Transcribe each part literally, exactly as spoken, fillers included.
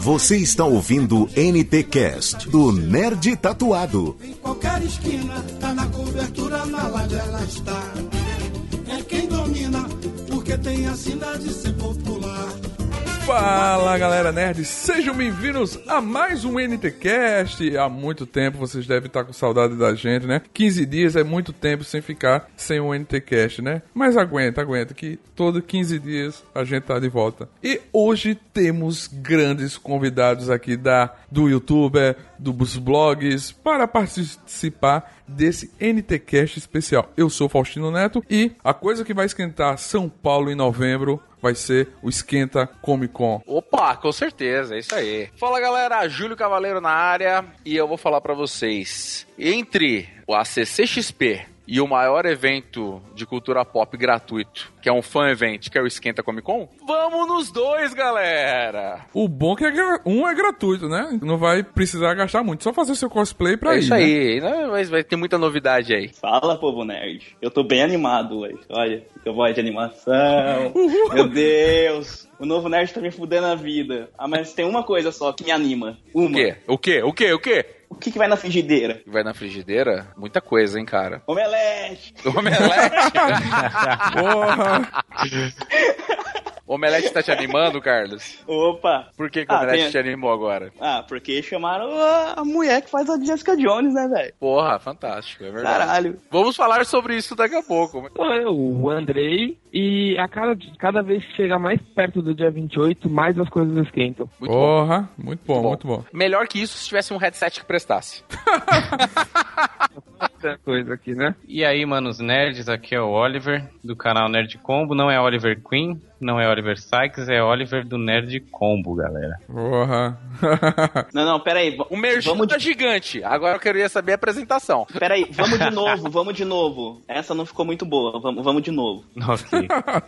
Você está ouvindo N T Cast do Nerd Tatuado. Em qualquer esquina, tá na cobertura, na laje ela está. É quem domina, porque tem a sina de ser popular. Fala galera nerd, sejam bem-vindos a mais um N T Cast. Há muito tempo vocês devem estar com saudade da gente, né? quinze dias é muito tempo sem ficar sem um N T Cast, né? Mas aguenta, aguenta que todo quinze dias a gente tá de volta. E hoje temos grandes convidados aqui da, do YouTube, dos blogs, para participar desse N T Cast especial. Eu sou Faustino Neto e a coisa que vai esquentar São Paulo em novembro vai ser o Esquenta Comic Con. Opa, com certeza, é isso aí. Fala galera, Júlio Cavaleiro na área e eu vou falar pra vocês. Entre o A C C X P e o maior evento de cultura pop gratuito, que é um fan event, que é o Esquenta Comic Con, vamos nos dois, galera! O bom é que é gra... um é gratuito, né? Não vai precisar gastar muito, só fazer o seu cosplay pra é ir, isso aí, né? Mas vai ter muita novidade aí. Fala, povo nerd. Eu tô bem animado hoje. Olha, que voz de animação. Uhul. Meu Deus! O novo nerd tá me fudendo a vida. Ah, mas tem uma coisa só que me anima. Uma. O quê? O quê? O quê? O quê? O que que vai na frigideira? Vai na frigideira? Muita coisa, hein, cara? Omelete! Omelete? Porra! Omelete tá te animando, Carlos? Opa! Por que que o ah, Omelete tem... te animou agora? Ah, porque chamaram a, a mulher que faz a Jessica Jones, né, velho? Porra, fantástico, é verdade. Caralho. Vamos falar sobre isso daqui a pouco. Sou eu, o Andrei, e a cada, cada vez que chega mais perto do dia vinte e oito, mais as coisas esquentam. Muito Porra, bom. Muito bom, muito bom. Melhor que isso se tivesse um headset que prestasse. Coisa aqui, né? E aí, manos nerds, aqui é o Oliver, do canal Nerd Combo. Não é Oliver Queen, não é Oliver Sykes, é Oliver do Nerd Combo, galera. Porra. Não, não, pera aí. O merchan tá de... gigante. Agora eu queria saber a apresentação. Pera aí, vamos de novo, vamos de novo. Essa não ficou muito boa, vamos, vamos de novo. Ok.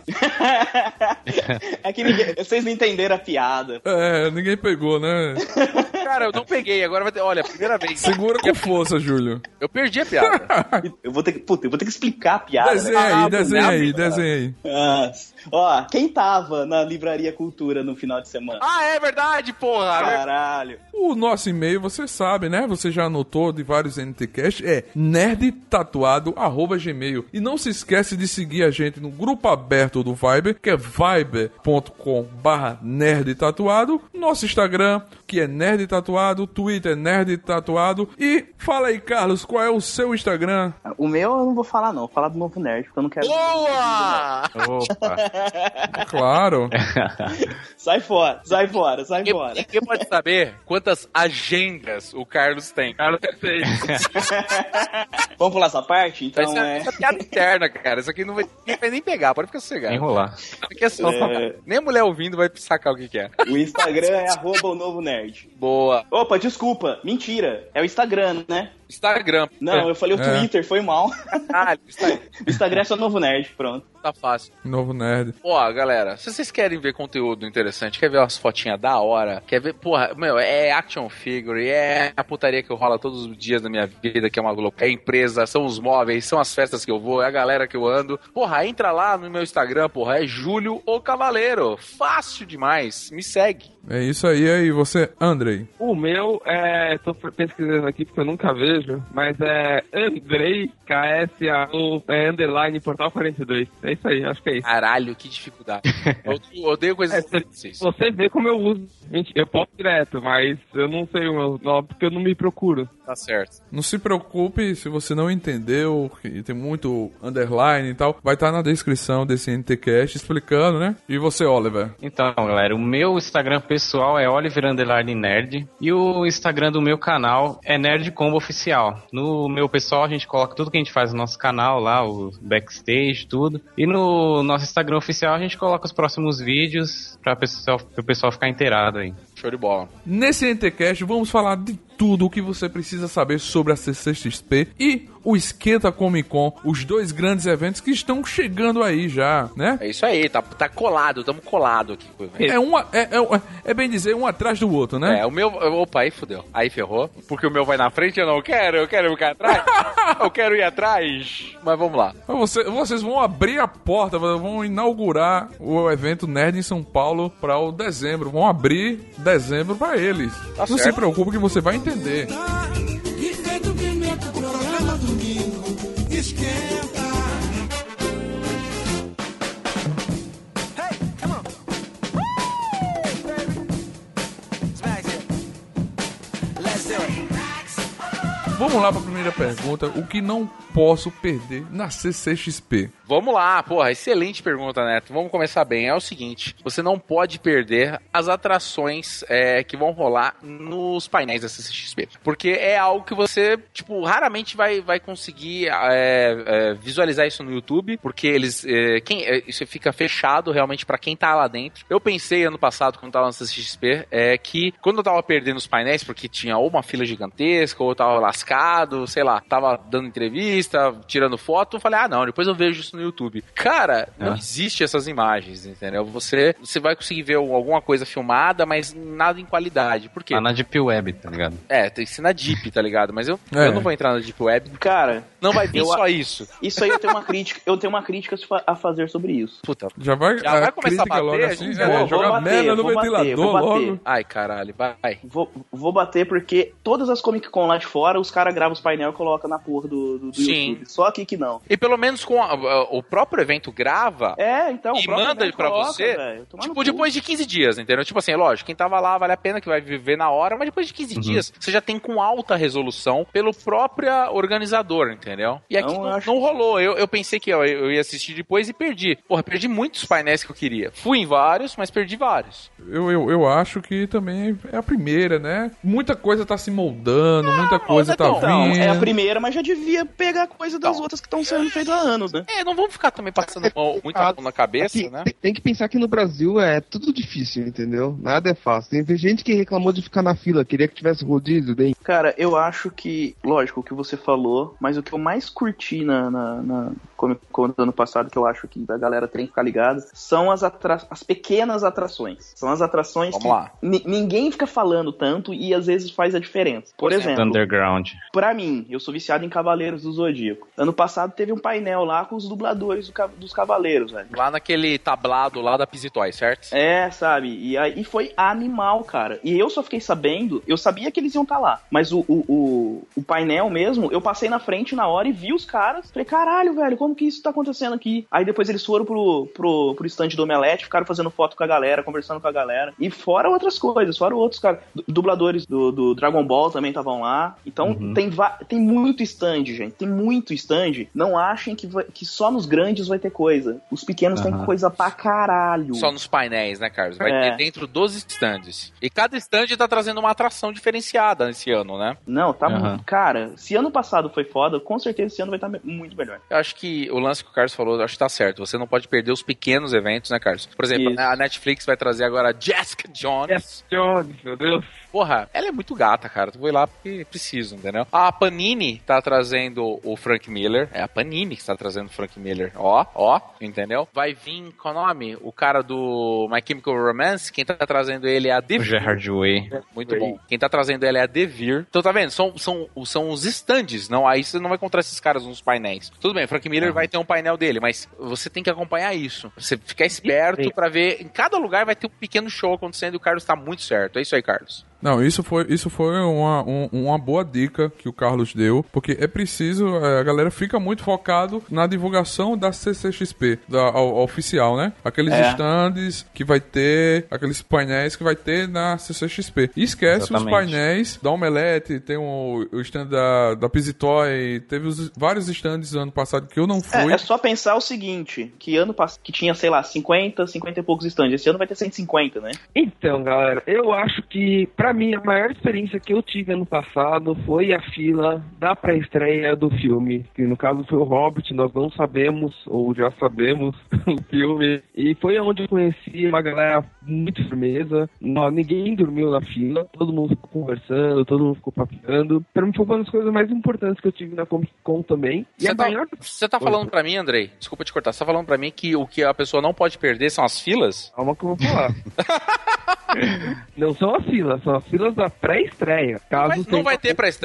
É que ninguém, vocês não entenderam a piada. É, ninguém pegou, né? Cara, eu não peguei, agora vai ter... Olha, primeira vez. Segura com força, Júlio. Eu perdi a piada. Eu vou ter que, puta, eu vou ter que explicar a piada. Desenha aí, ah, desenha aí, desenha aí. Ah, ó, quem tava na Livraria Cultura no final de semana? Ah, é verdade, porra! Caralho. O nosso e-mail, você sabe, né? Você já anotou de vários N T Cast, é nerdtatuado arroba gmail. E não se esquece de seguir a gente no grupo aberto do Viber, que é viber ponto com barra nerdtatuado. Nosso Instagram, que é nerdtatuado, Twitter nerdtatuado. E fala aí, Carlos, qual é o seu Instagram? O meu eu não vou falar não, vou falar do Novo Nerd, porque eu não quero... Boa! Opa! Claro! Sai fora, sai fora, sai Ninguém, fora. Ninguém pode saber quantas agendas o Carlos tem. Carlos é feio. Vamos pular essa parte? Então Isso é... é piada interna, cara. Isso aqui não vai, ninguém vai nem pegar, pode ficar sossegado. Enrolar. Porque é só... é... Nem a mulher ouvindo vai sacar o que que é. O Instagram é arroba o Novo Nerd. Boa. Opa, desculpa, mentira. É o Instagram, né? Instagram. Não, eu falei o É. Twitter, foi mal. Ah, Instagram. O Instagram é só Novo Nerd, pronto. Tá fácil. Novo Nerd. Ó, galera, se vocês querem ver conteúdo interessante, quer ver umas fotinhas da hora, quer ver, porra, meu, é action figure, é a putaria que rola todos os dias da minha vida, que é uma louca, é a empresa, são os móveis, são as festas que eu vou, é a galera que eu ando. Porra, entra lá no meu Instagram, porra, é Júlio o Cavaleiro. Fácil demais, me segue. É isso aí, aí você, Andrei. O meu é... Tô pesquisando aqui porque eu nunca vejo, mas é Andrei K S A U é underline portal quarenta e dois. É isso aí, acho que é isso. Caralho, que dificuldade. Eu, eu odeio coisas É, difíceis. você vê como eu uso. Gente, eu posto direto, mas eu não sei o meu nome porque eu não me procuro. Tá certo. Não se preocupe se você não entendeu, que tem muito underline e tal, vai estar na descrição desse N T Cast explicando, né? E você, Oliver? Então, galera, o meu Instagram pessoal é Oliver Underline Nerd e o Instagram do meu canal é Nerd Combo Oficial. No meu pessoal a gente coloca tudo que a gente faz no nosso canal lá, o backstage, tudo. E no nosso Instagram oficial a gente coloca os próximos vídeos para o pessoal ficar inteirado aí. Show de bola. Nesse N T Cast vamos falar de tudo o que você precisa saber sobre a C C X P e o Esquenta Comic Con, os dois grandes eventos que estão chegando aí já, né? É isso aí, tá, tá colado, tamo colado aqui com o evento. É, uma, é, é, é bem dizer, um atrás do outro, né? É, o meu... Opa, aí fudeu. Aí ferrou. Porque o meu vai na frente, eu não quero, eu quero ficar atrás. Eu quero ir atrás. Mas vamos lá. Você, vocês vão abrir a porta, vão inaugurar o evento Nerd em São Paulo para o dezembro. Vão abrir dezembro pra eles. Tá Não certo. se preocupe que você vai entender. E feito pimenta, o programa domingo esquenta. Vamos lá pra primeira pergunta. O que não posso perder na C C X P? Vamos lá, porra, excelente pergunta, Neto. Vamos começar bem. É o seguinte, você não pode perder as atrações é, que vão rolar nos painéis da C C X P. Porque é algo que você, tipo, raramente vai, vai conseguir é, é, visualizar isso no YouTube, porque eles, é, quem, é, isso fica fechado realmente pra quem tá lá dentro. Eu pensei ano passado, quando tava na C C X P, é, que quando eu tava perdendo os painéis, porque tinha ou uma fila gigantesca, ou eu tava lascado, sei lá, tava dando entrevista, tirando foto, eu falei, ah não, depois eu vejo isso no YouTube. Cara, não Ah. existe essas imagens, entendeu? Você, você vai conseguir ver alguma coisa filmada, mas nada em qualidade. Por quê? Tá na Deep Web, tá ligado? É, tem que ser na Deep, tá ligado? Mas eu, É. eu não vou entrar na Deep Web. Cara, Não vai vir Eu só a- isso. isso aí eu tenho uma crítica, eu tenho uma crítica a fazer sobre isso. Puta. Já vai, Já a vai começar crítica a bater, logo a assim? gente- É, Vou- vou jogar bater, merda no vou bater, ventilador vou bater. logo. Ai, caralho, vai. Vou, vou bater porque todas as Comic Con lá de fora, os caras gravam os painéis e colocam na porra do, do, do Sim. YouTube. Só aqui que não. E pelo menos com a- a- o próprio evento grava. É, então. o E próprio manda evento pra coloca, você, velho. Tomar no tipo, cu. depois de quinze dias, entendeu? Tipo assim, lógico, quem tava lá vale a pena que vai viver na hora, mas depois de quinze dias, você já tem com alta resolução pelo próprio organizador, entendeu? E aqui Não, não, eu acho- não rolou. Eu, eu pensei que ó, eu ia assistir depois e perdi. Porra, perdi muitos painéis que eu queria. Fui em vários, mas perdi vários. Eu, eu, eu acho que também é a primeira, né? Muita coisa tá se moldando, muita coisa tá Netão. Então, vindo. é a primeira, mas já devia pegar coisa das Então. outras que estão sendo feitas há anos, né? É, não vamos ficar também passando mão- muita mão na cabeça, Assim, né? tem, tem que pensar que no Brasil é tudo difícil, entendeu? Nada é fácil. Tem gente que reclamou de ficar na fila, queria que tivesse rodízio dentro. Cara, eu acho que, lógico, o que você falou, mas o que eu mais curti na, na, na Comic Con do ano passado, que eu acho que a galera tem que ficar ligada, são as, atra- as pequenas atrações. São as atrações Vamos que lá. ni- ninguém fica falando tanto e às vezes faz a diferença. Por exemplo, Underground. pra mim, eu sou viciado em Cavaleiros do Zodíaco. Ano passado teve um painel lá com os dubladores do ca- dos Cavaleiros, velho. Lá naquele tablado lá da Pizitoy, certo? É, sabe? E aí foi animal, cara. E eu só fiquei sabendo, eu sabia que eles iam estar lá. Mas o, o, o, o painel mesmo, eu passei na frente na hora e vi os caras. Falei, caralho, velho, como que isso tá acontecendo aqui? Aí depois eles foram pro, pro, pro stand do Omelete, ficaram fazendo foto com a galera, conversando com a galera. E fora outras coisas, fora outros caras. Du- Dubladores do, do Dragon Ball também estavam lá. Então tem, va- tem muito stand, gente. Tem muito stand. Não achem que, vai- que só nos grandes vai ter coisa. Os pequenos Aham. tem coisa pra caralho. Só nos painéis, né, Carlos? Vai É. ter dentro dos stands. E cada stand tá trazendo uma atração diferenciada nesse ano, né? Não, tá Aham. muito. Cara, se ano passado foi foda, com certeza esse ano vai estar muito melhor. Eu acho que o lance que o Carlos falou, eu acho que tá certo. Você não pode perder os pequenos eventos, né, Carlos? Por exemplo, Isso. a Netflix vai trazer agora a Jessica Jones. Yes, Jones, meu Deus. Porra, ela é muito gata, cara. Tu vou ir lá porque preciso, entendeu? A Panini tá trazendo o Frank Miller. É a Panini que tá trazendo o Frank Miller. Ó, ó, entendeu? Vai vir, qual é o nome? O cara do My Chemical Romance. Quem tá trazendo ele é a O Devir. Gerard Way. Muito bom. Quem tá trazendo ele é a Devir. Então tá vendo? São, são, são os stands. Não, aí você não vai encontrar esses caras nos painéis. Tudo bem, Frank Miller vai ter um painel dele, mas você tem que acompanhar isso. Você ficar esperto pra ver. Em cada lugar vai ter um pequeno show acontecendo e o Carlos tá muito certo. É isso aí, Carlos. Não, isso foi, isso foi uma, um- uma boa dica que o Carlos deu, porque é preciso, é, a galera fica muito focado na divulgação da C C X P, da a- a oficial, né? Aqueles É. stands que vai ter, aqueles painéis que vai ter na C C X P. E esquece os Exatamente. painéis da Omelete, tem o, o stand da, da Pizitoy, teve os, vários stands ano passado que eu não fui. É, é só pensar o seguinte, que ano passado que tinha, sei lá, cinquenta, cinquenta e poucos stands. Esse ano vai ter cento e cinquenta, né? Então, galera, eu acho que, pra mim, a maior experiência que eu tive ano passado foi a fila da pré-estreia do filme, que no caso foi o Hobbit, nós não sabemos, ou já sabemos, o filme, e foi onde eu conheci uma galera muito firmeza, não, ninguém dormiu na fila, todo mundo ficou conversando, todo mundo ficou papeando. Pra mim foi uma das coisas mais importantes que eu tive na Comic Con também. E Você a tá, maior... você tá falando pra mim, Andrei, desculpa te cortar, você tá falando pra mim que o que a pessoa não pode perder são as filas? Calma que eu vou falar. Não são as filas, são as filas da pré-estreia. Caso Mas não tenha- vai ter pré-estreia.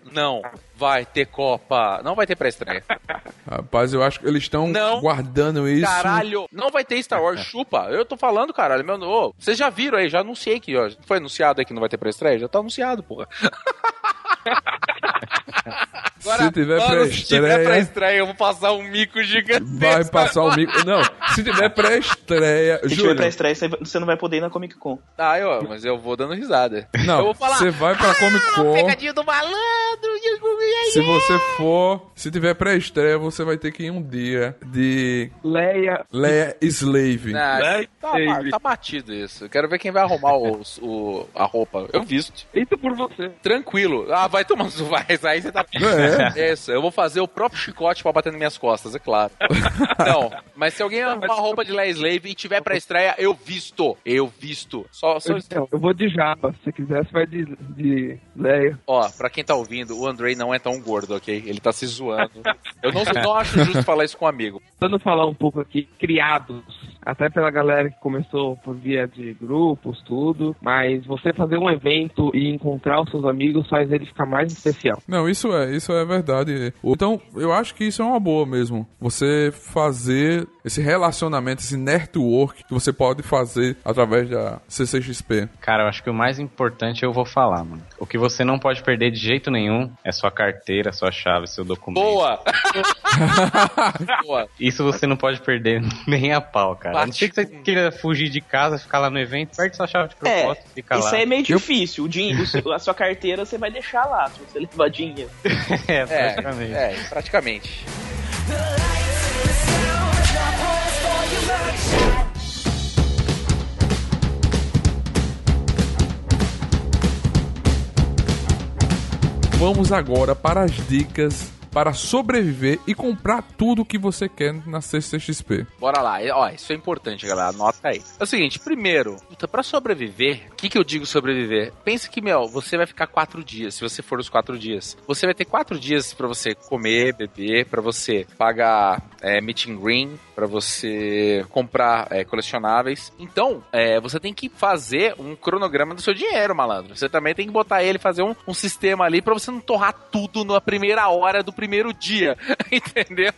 não vai ter Copa. Não vai ter pré-estreia. Rapaz, eu acho que eles estão guardando isso. Caralho, não vai ter Star Wars, chupa. Eu tô falando, caralho, meu, ô, vocês já viram aí, já anunciei que, ó, foi anunciado aí que não vai ter pré-estreia? Já tá anunciado, porra. Agora, se tiver mano, pré-estreia... se tiver pré-estreia, eu vou passar um mico gigantesco. Vai passar o mico... Não, se tiver pré-estreia... Se Júlio, tiver pré-estreia, você não vai poder ir na Comic Con. Ah, eu, mas eu vou dando risada. Não, eu vou falar, você vai pra Comic Con... pegadinha do malandro... Se você for... Se tiver pré-estreia, você vai ter que ir um dia de... Leia... Leia Slave. Não, Leia tá, Slave. tá batido isso. Eu quero ver quem vai arrumar os, o, a roupa. Eu visto. Feito por você. Tranquilo. Ah, vai tomar no vai. Aí você tá... É. Isso, eu vou fazer o próprio chicote pra bater nas minhas costas, é claro. Não, mas se alguém arrumar uma roupa de Leia Slave e tiver pra estreia, eu visto. Eu visto. Só, só... Eu, eu vou de japa. Se quiser, você vai de, de Leia. Ó, pra quem tá ouvindo, o Andrei não é tão gordo, ok? Ele tá se zoando. Eu não, não acho justo falar isso com um amigo. Tentando falar um pouco aqui, criados, até pela galera que começou por via de grupos, tudo, mas você fazer um evento e encontrar os seus amigos faz ele ficar mais especial. Não, isso é, isso é verdade. Então, eu acho que isso é uma boa mesmo. Você fazer esse relacionamento, esse network que você pode fazer através da C C X P. Cara, eu acho que o mais importante eu vou falar, mano. O que você não pode perder de jeito nenhum é sua carteira, sua chave, seu documento. Boa! Boa! Isso você não pode perder nem a pau, cara. A não ser que você queira fugir de casa, ficar lá no evento, perde sua chave de propósito e fica lá. Isso aí é meio difícil. O dinheiro, a sua carteira você vai deixar lá, se você levar dinheiro. É, praticamente. É, é, praticamente. Vamos agora para as dicas para sobreviver e comprar tudo que você quer na C C X P. Bora lá. Ó, isso é importante, galera. Anota aí. É o seguinte, primeiro, pra sobreviver, o que que eu digo sobreviver? Pense que, meu, você vai ficar quatro dias, se você for os quatro dias. Você vai ter quatro dias pra você comer, beber, pra você pagar é, meet and green, pra você comprar é, colecionáveis. Então, é, você tem que fazer um cronograma do seu dinheiro, malandro. Você também tem que botar ele, fazer um, um sistema ali pra você não torrar tudo na primeira hora do primeiro dia, entendeu?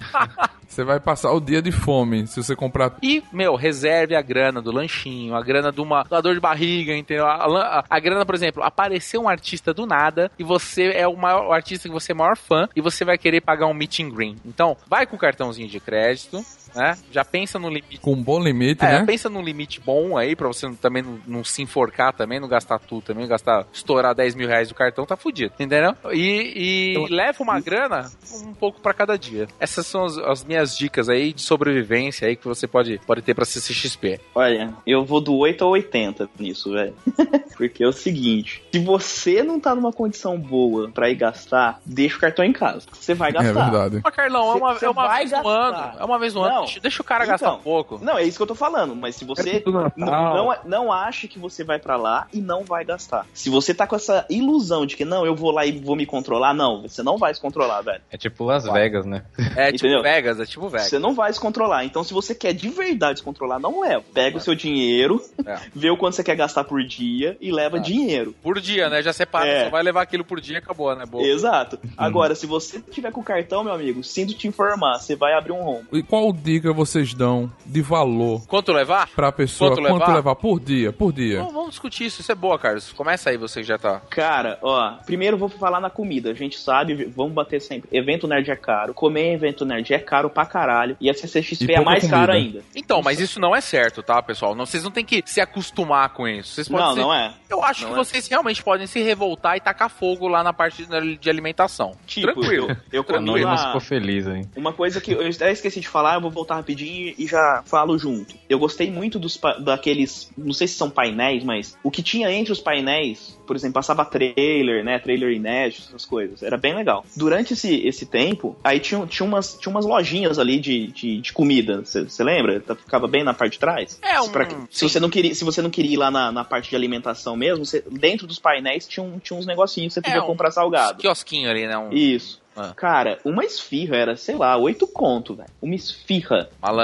Você vai passar o dia de fome se você comprar... E, meu, reserve a grana do lanchinho, a grana de uma da dor de barriga, entendeu? A, a, a grana, por exemplo, apareceu um artista do nada e você é o, maior, o artista que você é maior fã e você vai querer pagar um meet and green. Então, vai com o cartãozinho de crédito, né? Já pensa no limite. Com um bom limite, é, né? Pensa num limite bom aí, pra você também não, não se enforcar também, não gastar tudo também, não gastar, estourar dez mil reais do cartão, tá fudido, entendeu? E, e então, leva uma grana um pouco pra cada dia. Essas são as, as minhas dicas aí de sobrevivência aí que você pode, pode ter pra C C X P. Olha, eu vou do oito ao oitenta nisso, velho. Porque é o seguinte, se você não tá numa condição boa pra ir gastar, deixa o cartão em casa. Você vai gastar. É verdade. Mas, Carlão, é uma, Cê, é uma vai vez gastar. no ano. É uma vez no ano. Não. Deixa, deixa o cara Então, gastar um pouco. Não, é isso que eu tô falando. Mas se você É não, não, não acha que você vai pra lá e não vai gastar. Se você tá com essa ilusão de que não, eu vou lá e vou me controlar, não, você não vai se controlar, velho. É tipo Las Vai. Vegas, né? É tipo Entendeu? Vegas, é tipo Vegas. Você não vai se controlar. Então, se você quer de verdade se controlar, não leva. Pega o seu dinheiro, É. vê o quanto você quer gastar por dia e leva É. dinheiro. Por dia, né? Já separa, É. só vai levar aquilo por dia e acabou, né? Boa. Exato. Agora, se você tiver com o cartão, meu amigo, sinto te informar, você vai abrir um rombo. E qual dica vocês dão de valor Quanto levar? pra pessoa? Quanto Quanto levar? levar por dia? Por dia. Vamos, vamos discutir isso, isso é boa, Carlos. Começa aí, você que já tá. Cara, ó, primeiro eu vou falar na comida. A gente sabe, vamos bater sempre. Evento nerd é caro. Comer em evento nerd é caro pra caralho. E a C C X P E é pouca mais comida. caro ainda. Então, mas isso não é certo, tá, pessoal? Não, vocês não tem que se acostumar com isso. Vocês podem Não, se- não é. Eu acho Não que é. vocês realmente podem se revoltar e tacar fogo lá na parte de de alimentação. Tipo, Tranquilo. eu, eu A comi Noia não lá... ficou feliz aí. Uma coisa que eu até esqueci de falar, eu vou voltar rapidinho e já falo junto. Eu gostei muito dos pa- daqueles, não sei se são painéis, mas o que tinha entre os painéis, por exemplo, passava trailer, né, trailer inédito, essas coisas, era bem legal. Durante esse, esse tempo, aí tinha, tinha, umas, tinha umas lojinhas ali de, de, de comida, você lembra? Ficava bem na parte de trás. É, um- Pra que- se, você não queria, se você não queria ir lá na, na parte de alimentação mesmo, cê- dentro dos painéis tinha, um, tinha uns negocinhos que você podia um comprar salgado. quiosquinho ali, né? Um Isso. Ah. Cara, uma esfirra era, sei lá, oito conto, velho. Uma esfirra. malandro.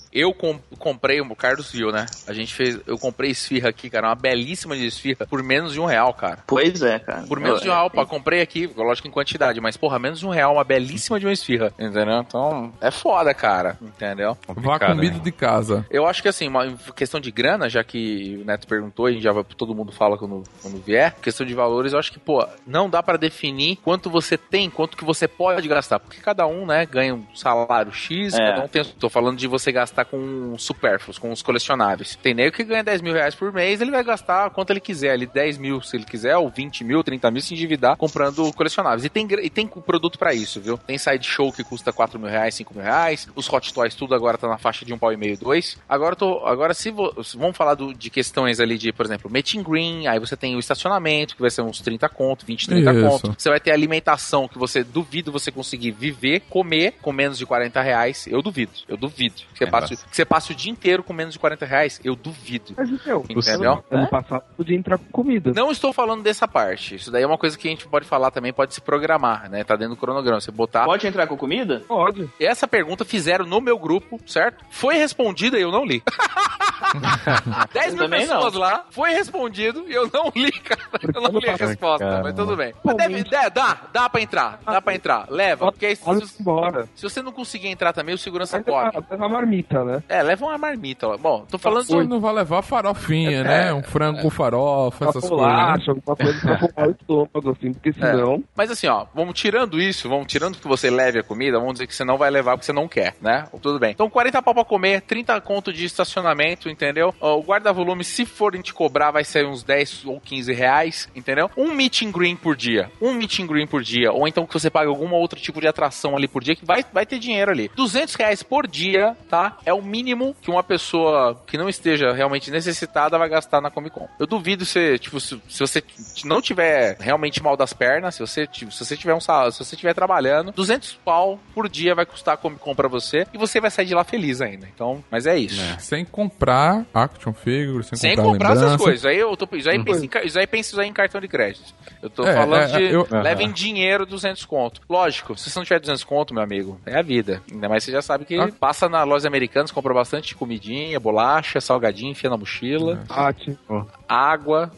Eu com, comprei, o Carlos viu, né? A gente fez, eu comprei esfirra aqui, cara, uma belíssima de esfirra, por menos de um real, cara. Pois é, cara. Por menos eu, de um real, é, pá, comprei aqui, lógico em quantidade, mas porra, menos de um real, uma belíssima de uma esfirra, entendeu? Então, é foda, cara, entendeu? Vá comido de casa. Eu acho que assim, uma questão de grana, já que o Neto perguntou, e a gente já vai, todo mundo fala quando, quando vier, questão de valores, eu acho que, pô, não dá pra definir quanto você tem, quanto que você pode gastar, porque cada um, né, ganha um salário X, É. cada um tem, tô falando de você gastar com supérfluos, com os colecionáveis. Tem nego que ganha dez mil reais por mês, ele vai gastar quanto ele quiser, ali dez mil se ele quiser, ou vinte mil, trinta mil, se endividar comprando colecionáveis. E tem, e tem produto pra isso, viu? Tem Sideshow que custa quatro mil reais, cinco mil reais, os Hot Toys tudo agora tá na faixa de um pau e meio, dois. Agora eu tô, agora se vo, vamos falar do, de questões ali de, por exemplo, meet and green, aí você tem o estacionamento, que vai ser uns trinta conto, vinte, trinta Isso. conto. Você vai ter alimentação, que você duvido você conseguir viver, comer com menos de quarenta reais. Eu duvido, eu duvido. Que você, É, passe, que você passe o dia inteiro com menos de quarenta reais, eu duvido. Mas, meu, Entendeu? ano passado podia entrar com comida. Não estou falando dessa parte. Isso daí é uma coisa que a gente pode falar também, pode se programar, né? Tá dentro do cronograma. Você botar. Pode entrar com comida? Pode. Essa pergunta fizeram no meu grupo, certo? Foi respondida e eu não li. dez mil também pessoas não. lá, foi respondido e eu não li, cara. Eu não li a resposta, Caramba. mas tudo bem. Mas deve, dá, dá, dá pra entrar, dá pra entrar. Leva, porque aí, se, Olha se, embora. se você não conseguir entrar também, o segurança Vai cobre. levar, levar marmita, né? É, leva uma marmita. Ó. Bom, tô falando Você de... não vai levar farofinha, É, né? Um frango com farofa, Uma essas coisas. Né? bolacha, alguma coisa pra poupar o estômago, assim, porque senão... Mas assim, ó, vamos tirando isso, vamos tirando que você leve a comida, vamos dizer que você não vai levar porque você não quer, né? Tudo bem. Então, quarenta pau pra comer, trinta conto de estacionamento, entendeu? Ó, o guarda-volume, se forem te cobrar, vai ser uns dez ou quinze reais, entendeu? Um meet and green por dia. Um meet and green por dia. Ou então que você pague algum outro tipo de atração ali por dia, que vai, vai ter dinheiro ali. duzentos reais por dia, tá? É o mínimo que uma pessoa que não esteja realmente necessitada vai gastar na Comic Con. Eu duvido se, tipo, se, se você não tiver realmente mal das pernas, se você, se você tiver um salário, se você estiver trabalhando, duzentos pau por dia vai custar a Comic Con pra você e você vai sair de lá feliz ainda. Então, mas é isso. É. Sem comprar action figures, sem, Sem comprar, comprar lembrança. essas coisas. Aí eu tô, já aí penso em, ca- já aí penso já em cartão de crédito. Eu tô É, falando é, de eu- leva em dinheiro duzentos conto. Lógico, se você não tiver duzentos conto, meu amigo, é a vida. Ainda mais você já sabe que Ah. passa na lojas americanas, compra bastante comidinha, bolacha, salgadinho, enfia na mochila, Ah, tipo, água.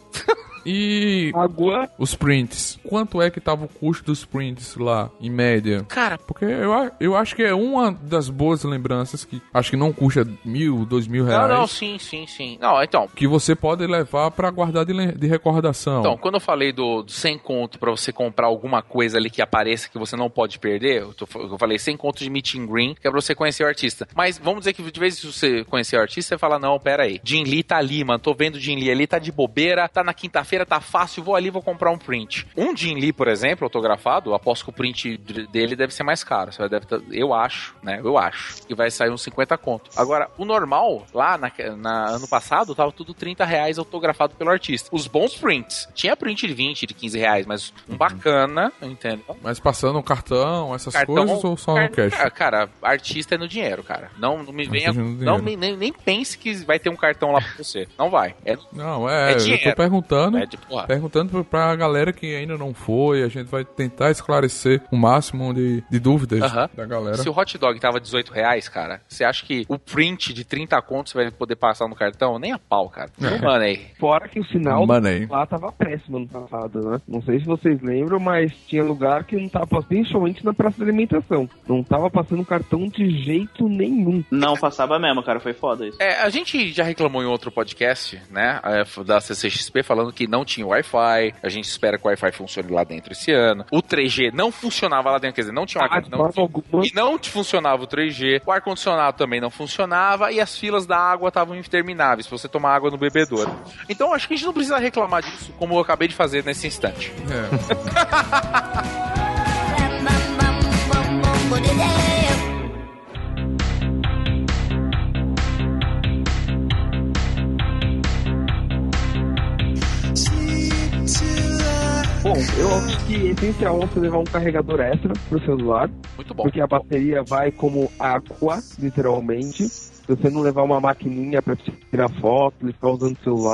E água... os prints. Quanto é que tava o custo dos prints lá, em média? Cara, Porque eu, a- eu acho que é uma das boas lembranças que acho que não custa mil, dois mil não, reais. não, sim, sim, sim. Não, então, Que você pode levar pra guardar de, le- de recordação. Então, quando eu falei do, do cem conto pra você comprar alguma coisa ali que apareça que você não pode perder, eu, tô, eu falei cem conto de meet and green, que é pra você conhecer o artista. Mas vamos dizer que de vez em você conhecer o artista, você fala, não, pera aí, Jim Lee tá ali, mano, tô vendo o Jim Lee ali, tá de bobeira, tá na quinta-feira, tá fácil, vou ali, vou comprar um print. Um Jim Lee, por exemplo, autografado, eu aposto que o print dele deve ser mais caro. Você deve tá, eu acho, né, eu acho, que vai sair uns cinquenta conto. Agora, o normal, lá na, na ano passado, tava tudo trinta reais autografado pelo artista. Os bons prints, tinha print de vinte, de quinze reais, mas um bacana, entendeu? Mas passando um cartão, essas Cartão- coisas ou só no car- cash? Cara, artista é no dinheiro, cara. Não, não me venha. Artista é no Não, dinheiro. nem, nem pense que vai ter um cartão lá pra você. Não vai. É, Não, é, É eu dinheiro. tô perguntando, é de porra. perguntando pra- pra galera que ainda não foi, a gente vai tentar esclarecer o máximo de, de dúvidas Aham. da galera. Se o hot dog tava dezoito reais, cara, você acha que o print de trinta contos vai poder passar no cartão? Nem a pau, cara. É. Não, mano, aí. Fora que o sinal Money. lá tava péssimo ano passado, né? Não sei se vocês lembram, mas tinha lugar que não tava passando, principalmente na praça de alimentação. Não tava passando cartão de jeito nenhum. Não passava mesmo, cara. Foi foda isso. É, a gente já reclamou em outro podcast, né, é, da C C X P, falando que não tinha Wi-Fi. A gente espera que o Wi-Fi funcione lá dentro esse ano. O três G não funcionava lá dentro, quer dizer, não tinha Ah, Wi-Fi. de Não, forma alguma. e não funcionava o três G. O ar-condicionado também não funcionava. E as filas da água estavam intermináveis pra você tomar água no bebedouro. Então acho que a gente não precisa reclamar disso, como eu acabei de fazer nesse instante. É. Bom, eu acho que é essencial você levar um carregador extra pro celular, Muito bom. porque a bateria vai como água, literalmente. Se você não levar uma maquininha pra tirar foto e ficar usando o celular,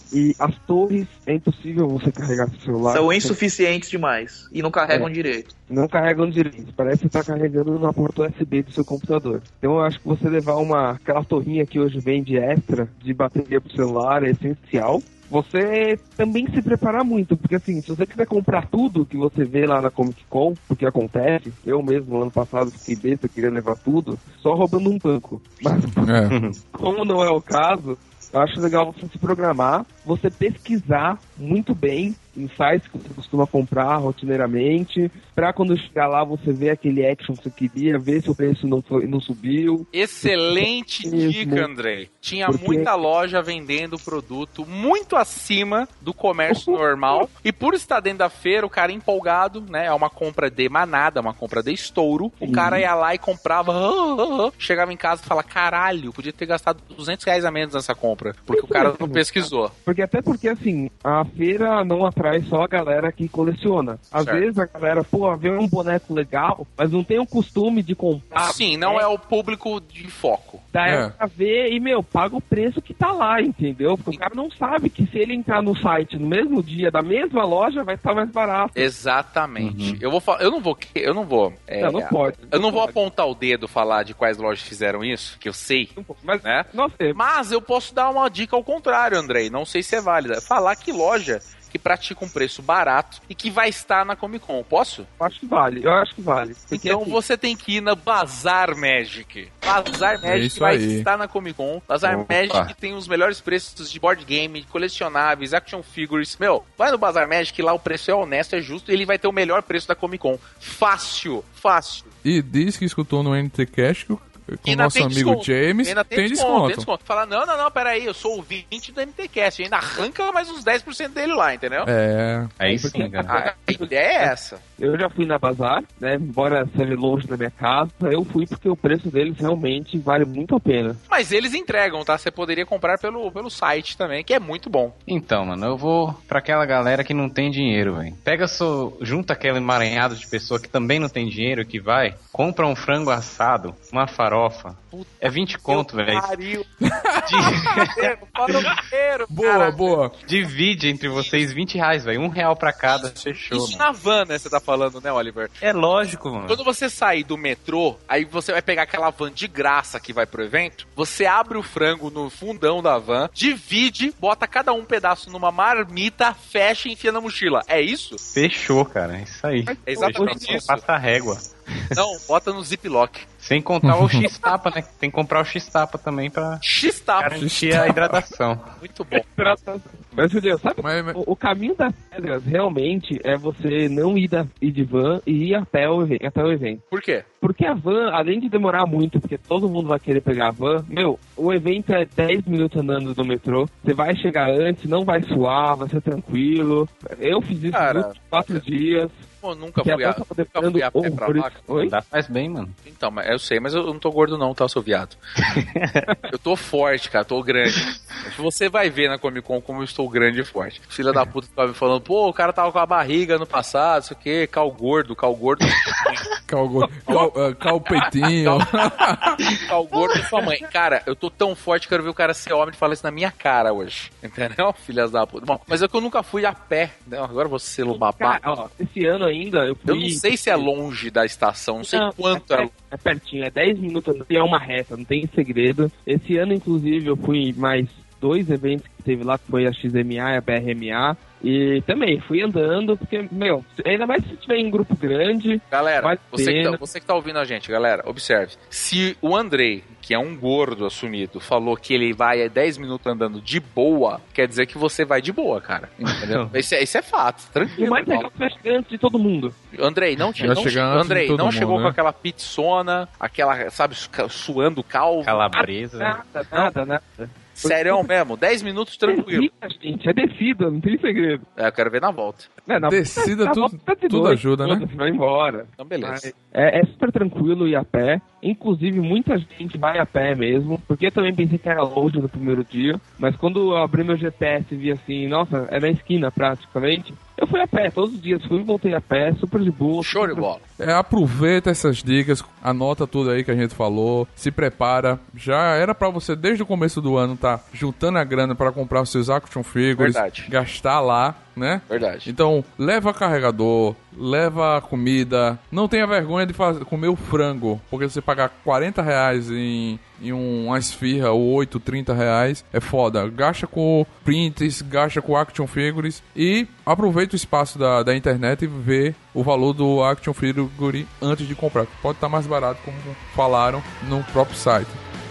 E as torres, é impossível você carregar seu celular. São insuficientes demais e não carregam é. direito. Não carregam direito. Parece que tá carregando na porta U S B do seu computador. Então eu acho que você levar uma aquela torrinha que hoje vende extra de bateria pro celular é essencial. Você também se preparar muito, porque assim, se você quiser comprar tudo que você vê lá na Comic Con, porque acontece, eu mesmo, no ano passado, fiquei besta, queria levar tudo, só roubando um banco. Mas, é. como não é o caso, eu acho legal você se programar, você pesquisar muito bem em sites que você costuma comprar rotineiramente, pra quando chegar lá você ver aquele action que você queria, ver se o preço não, foi, não subiu. Excelente dica, Andrei. Tinha Porque... muita loja vendendo produto muito acima do comércio normal, e por estar dentro da feira, o cara empolgado, né, é uma compra de manada, uma compra de estouro, o cara ia lá e comprava, chegava em casa e falava, caralho, podia ter gastado duzentos reais a menos nessa compra, porque o cara não pesquisou. Porque até porque, assim, a feira não atrai só a galera que coleciona. Às certo. vezes a galera, pô, vê um boneco legal, mas não tem o costume de comprar. Sim, não é, é o público de foco. Daí é pra ver e, meu, paga o preço que tá lá, entendeu? Porque Sim. o cara não sabe que se ele entrar no site no mesmo dia da mesma loja, vai estar mais barato. Exatamente. Uhum. Eu vou falar, eu não vou, eu não vou. É, não, não pode. Eu não, não vou pode. apontar o dedo falar de quais lojas fizeram isso, que eu sei. Mas, né? não sei. Mas eu posso dar uma dica ao contrário, Andrei. Não sei se é válida. Falar que loja que pratica um preço barato e que vai estar na Comic Con. Posso? Acho que vale, eu acho que vale. Porque então assim... você tem que ir na Bazar Magic. Bazar Magic é vai aí. estar na Comic Con. Bazar Opa. Magic tem os melhores preços de board game, colecionáveis, action figures. Meu, vai no Bazar Magic, lá o preço é honesto, é justo, e ele vai ter o melhor preço da Comic Con. Fácil, fácil. E diz que escutou no N T Cast com o nosso amigo desconto. James, ainda tem, tem desconto, desconto. Tem desconto. Fala, não, não, não, peraí, eu sou ouvinte do M T Cast, ainda arranca mais uns dez por cento dele lá, entendeu? É. Aí sim, cara. A ideia é essa. Eu já fui na Bazar, né, embora seja longe da minha casa, eu fui porque o preço deles realmente vale muito a pena. Mas eles entregam, tá? Você poderia comprar pelo, pelo site também, que é muito bom. Então, mano, eu vou pra aquela galera que não tem dinheiro, velho. Pega, so, junta aquele emaranhado de pessoa que também não tem dinheiro, que vai, compra um frango assado, uma farofa. Puta, é vinte conto, velho. Boa, boa. Divide entre vocês vinte reais, velho. Um real pra cada, fechou. Isso mano. Na van, né? Você tá falando, né, Oliver? É lógico, mano. Quando você sair do metrô, aí você vai pegar aquela van de graça que vai pro evento, você abre o frango no fundão da van, divide, bota cada um pedaço numa marmita, fecha e enfia na mochila. É isso? Fechou, cara. É isso aí. É exatamente Fechou. isso. Passa a régua. Não, bota no ziplock. Sem contar o X-Tapa, né? Tem que comprar o X-Tapa também pra X-Tapa. garantir a hidratação. Muito bom. Mas, Julião, sabe, mas, mas... O, o caminho das pedras realmente é você não ir, da, ir de van e ir até o, até o evento. Por quê? Porque a van, além de demorar muito, porque todo mundo vai querer pegar a van, meu, o evento é dez minutos andando do metrô, você vai chegar antes, não vai suar, vai ser tranquilo. Eu fiz isso Cara, nos quatro dias. Eu nunca fui, a, nunca fui a pé pra lá. Oi? Dá, faz bem, mano. Então, mas eu sei, mas eu não tô gordo não, tá, seu viado? Eu tô forte, cara, tô grande. Você vai ver na Comic Con como eu estou grande e forte. Filha da puta tava me falando, pô, o cara tava com a barriga no passado, isso aqui, cal gordo, cal gordo. Cal gordo, cal, uh, cal peitinho. Cal gordo de sua mãe. Cara, eu tô tão forte que quero ver o cara ser homem e falar isso na minha cara hoje. Entendeu, filhas da puta? Bom, mas é que eu nunca fui a pé. Né? Agora vou ser o babá. Ó, esse ano ainda eu fui... Eu não sei se é longe da estação, não sei não, quanto é, é. É pertinho, é dez minutos, é uma reta, não tem segredo. Esse ano, inclusive, eu fui mais dois eventos que teve lá, que foi a X M A e a B R M A. E também fui andando, porque, meu, ainda mais se tiver em grupo grande. Galera, você que, tá, você que tá ouvindo a gente, galera, observe. Se o Andrei, que é um gordo assumido, falou que ele vai a dez minutos andando de boa, quer dizer que você vai de boa, cara. Entendeu? Isso é, isso é fato, tranquilo. E o mais legal é que vai chegar antes de todo mundo. Andrei, não, che não, che Andrei, não mundo, chegou né? com aquela pizzona, aquela, sabe, suando calvo. Calabresa. Nada, nada, nada. Sério mesmo, dez minutos tranquilo. É descida, gente, é descida, não tem segredo. É, eu quero ver na volta. É, na descida, na tudo, volta, tudo tudo ajuda, toda, né? Você vai embora. Então, beleza. É, é super tranquilo ir a pé. Inclusive, muita gente vai a pé mesmo, porque eu também pensei que era longe no primeiro dia. Mas quando eu abri meu G P S e vi assim, nossa, é na esquina praticamente. Eu fui a pé, todos os dias fui e voltei a pé, super de boa. Show de bola. É, aproveita essas dicas, anota tudo aí que a gente falou, se prepara. Já era pra você, desde o começo do ano, tá juntando a grana pra comprar os seus action figures, Verdade. gastar lá, né? Verdade. Então, leva carregador, leva comida, não tenha vergonha de fazer, comer o frango, porque você pagar quarenta reais em, em um, uma esfirra ou oito, trinta reais é foda. Gasta com prints, gasta com action figures e aproveita o espaço da, da internet e vê o valor do action figure antes de comprar, que pode estar mais barato, como falaram no próprio site.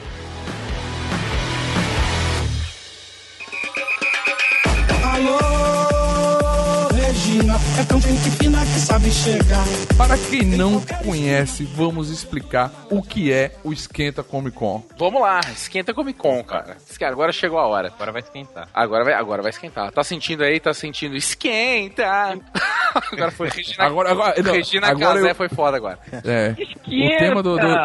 Alô, Regina, é tão gente fina que sabe chegar. Para quem não conhece, vamos explicar o que é o Esquenta Comic Con. Vamos lá, esquenta Comic Con, cara. Cara, agora chegou a hora. Agora vai esquentar. Agora vai, agora vai esquentar. Tá sentindo aí? Tá sentindo? Esquenta! Agora foi Regina. Agora, agora, não, Regina agora Casé eu... foi foda agora. É. O tema do, do,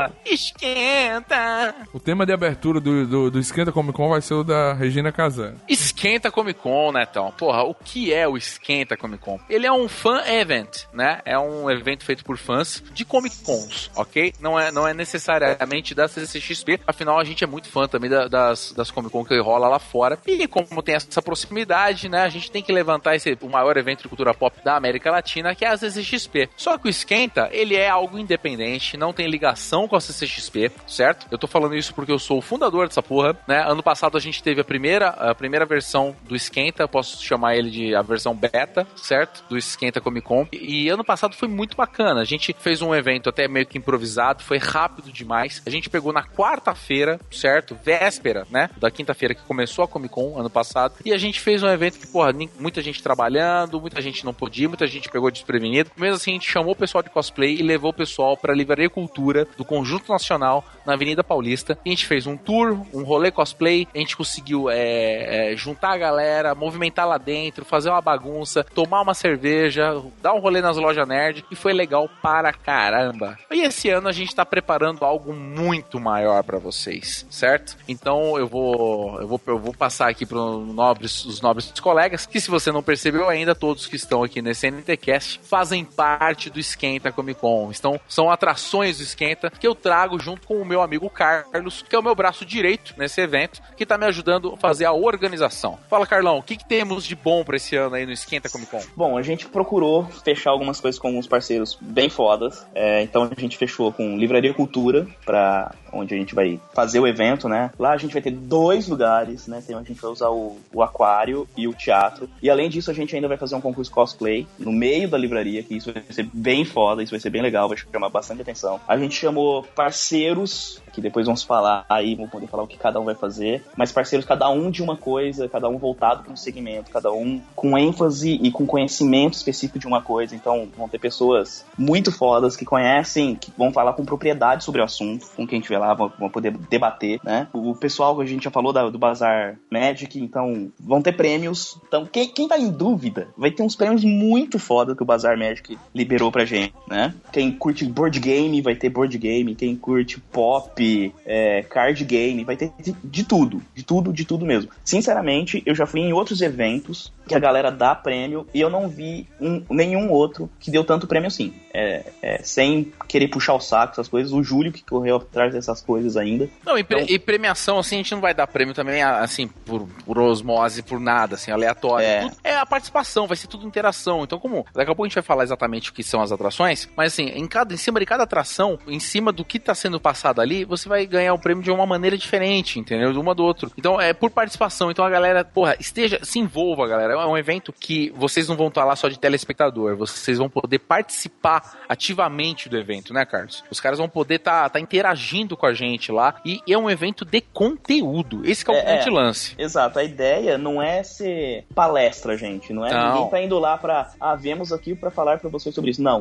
Esquenta! o tema de abertura do, do, do Esquenta Comic Con vai ser o da Regina Casé. Esquenta Comic Con, Netão. Porra, o que é o Esquenta Comic Con? Ele é um fan event, né? É um evento feito por fãs de Comic Cons, ok? Não é, não é necessariamente da C C X P, afinal a gente é muito fã também da, das, das Comic Con que rola lá fora. E como tem essa proximidade, né? A gente tem que levantar esse, o maior evento de cultura pop da América Latina, que é a C C X P. Só que o Esquenta, ele é algo independente, não tem ligação com a C C X P, certo? Eu tô falando isso porque eu sou o fundador dessa porra, né? Ano passado a gente teve a primeira, a primeira versão do Esquenta, posso chamar ele de a versão beta, certo? Do Esquenta Comic Con. E, e ano passado foi muito bacana. A gente fez um evento até meio que improvisado, foi rápido demais. A gente pegou na quarta-feira, certo? Véspera, né? Da quinta-feira que começou a Comic Con, ano passado. E a gente fez um evento que, porra, muita gente trabalhando, muita gente não podia, muita gente pegou desprevenido. Mesmo assim, a gente chamou o pessoal de cosplay e levou o pessoal pra Livraria Cultura do Conjunto Nacional na Avenida Paulista. E a gente fez um tour, um rolê cosplay. A gente conseguiu é, é, juntar a galera, movimentar lá dentro, fazer uma bagunça, tomar uma cerveja, dar um rolê nas lojas nerd. E foi legal para caramba. E esse ano a gente tá preparando algo muito maior pra vocês, certo? Então eu vou, eu vou, eu vou passar aqui pros nobres, os nobres colegas, que se você não percebeu ainda, todos que estão aqui nesse N T Cast fazem parte do Esquenta Comic Con. Então, são atrações do Esquenta que eu trago junto com o meu amigo Carlos, que é o meu braço direito nesse evento, que tá me ajudando a fazer a organização. Fala, Carlão, o que, que temos de bom pra esse ano aí no Esquenta Comic Con? Bom, a gente procurou fechar algumas coisas com alguns parceiros bem fodas. É, então a gente fechou com Livraria Cultura, pra onde a gente vai fazer o evento, né? Lá a gente vai ter dois lugares, né? Então a gente vai usar o, o aquário e o teatro. E além disso, a gente ainda vai fazer um concurso cosplay no meio da livraria, que isso vai ser bem foda, isso vai ser bem legal, vai chamar bastante atenção. A gente chamou parceiros, que depois vamos falar aí, vamos poder falar o que cada um vai fazer, mas parceiros, cada um de uma coisa, cada um voltado para um segmento, cada um com ênfase e com conhecimento específico de uma coisa. Então vão ter pessoas muito fodas que conhecem, que vão falar com propriedade sobre o assunto, com quem estiver lá, vão, vão poder debater, né? O pessoal que a gente já falou da, do Bazar Magic, então vão ter prêmios. Então quem, quem tá em dúvida, vai ter uns prêmios muito foda que o Bazar Magic liberou pra gente, né? Quem curte board game, vai ter board game. Quem curte pop, é, card game, vai ter de, de tudo, de tudo, de tudo mesmo. Sinceramente, eu já fui em outros eventos que a galera dá prêmio e eu não vi um, nenhum outro que deu tanto prêmio assim. É, é, sem querer puxar o saco, essas coisas. O Júlio que correu atrás dessas coisas ainda. Não, e, pre- então, e premiação, assim, a gente não vai dar prêmio também, assim, por, por osmose, por nada, assim, aleatório. É. Tudo é a participação, vai ser tudo interação. Então, como daqui a pouco a gente vai falar exatamente o que são as atrações, mas assim, em, cada, em cima de cada atração, em cima do que tá sendo passado ali, você vai ganhar o prêmio de uma maneira diferente, entendeu? De uma do outro. Então, é por participação. Então, a galera, porra, esteja, se envolva, galera. É um evento que vocês não vão estar lá só de telespectador, vocês vão poder participar ativamente do evento, né, Carlos? Os caras vão poder estar tá, tá interagindo com a gente lá e é um evento de conteúdo. Esse que é o é, grande é, lance. Exato. A ideia não é ser palestra, gente. Não é não. Ninguém tá indo lá pra, ah, viemos aqui pra falar pra vocês sobre isso. Não. A ideia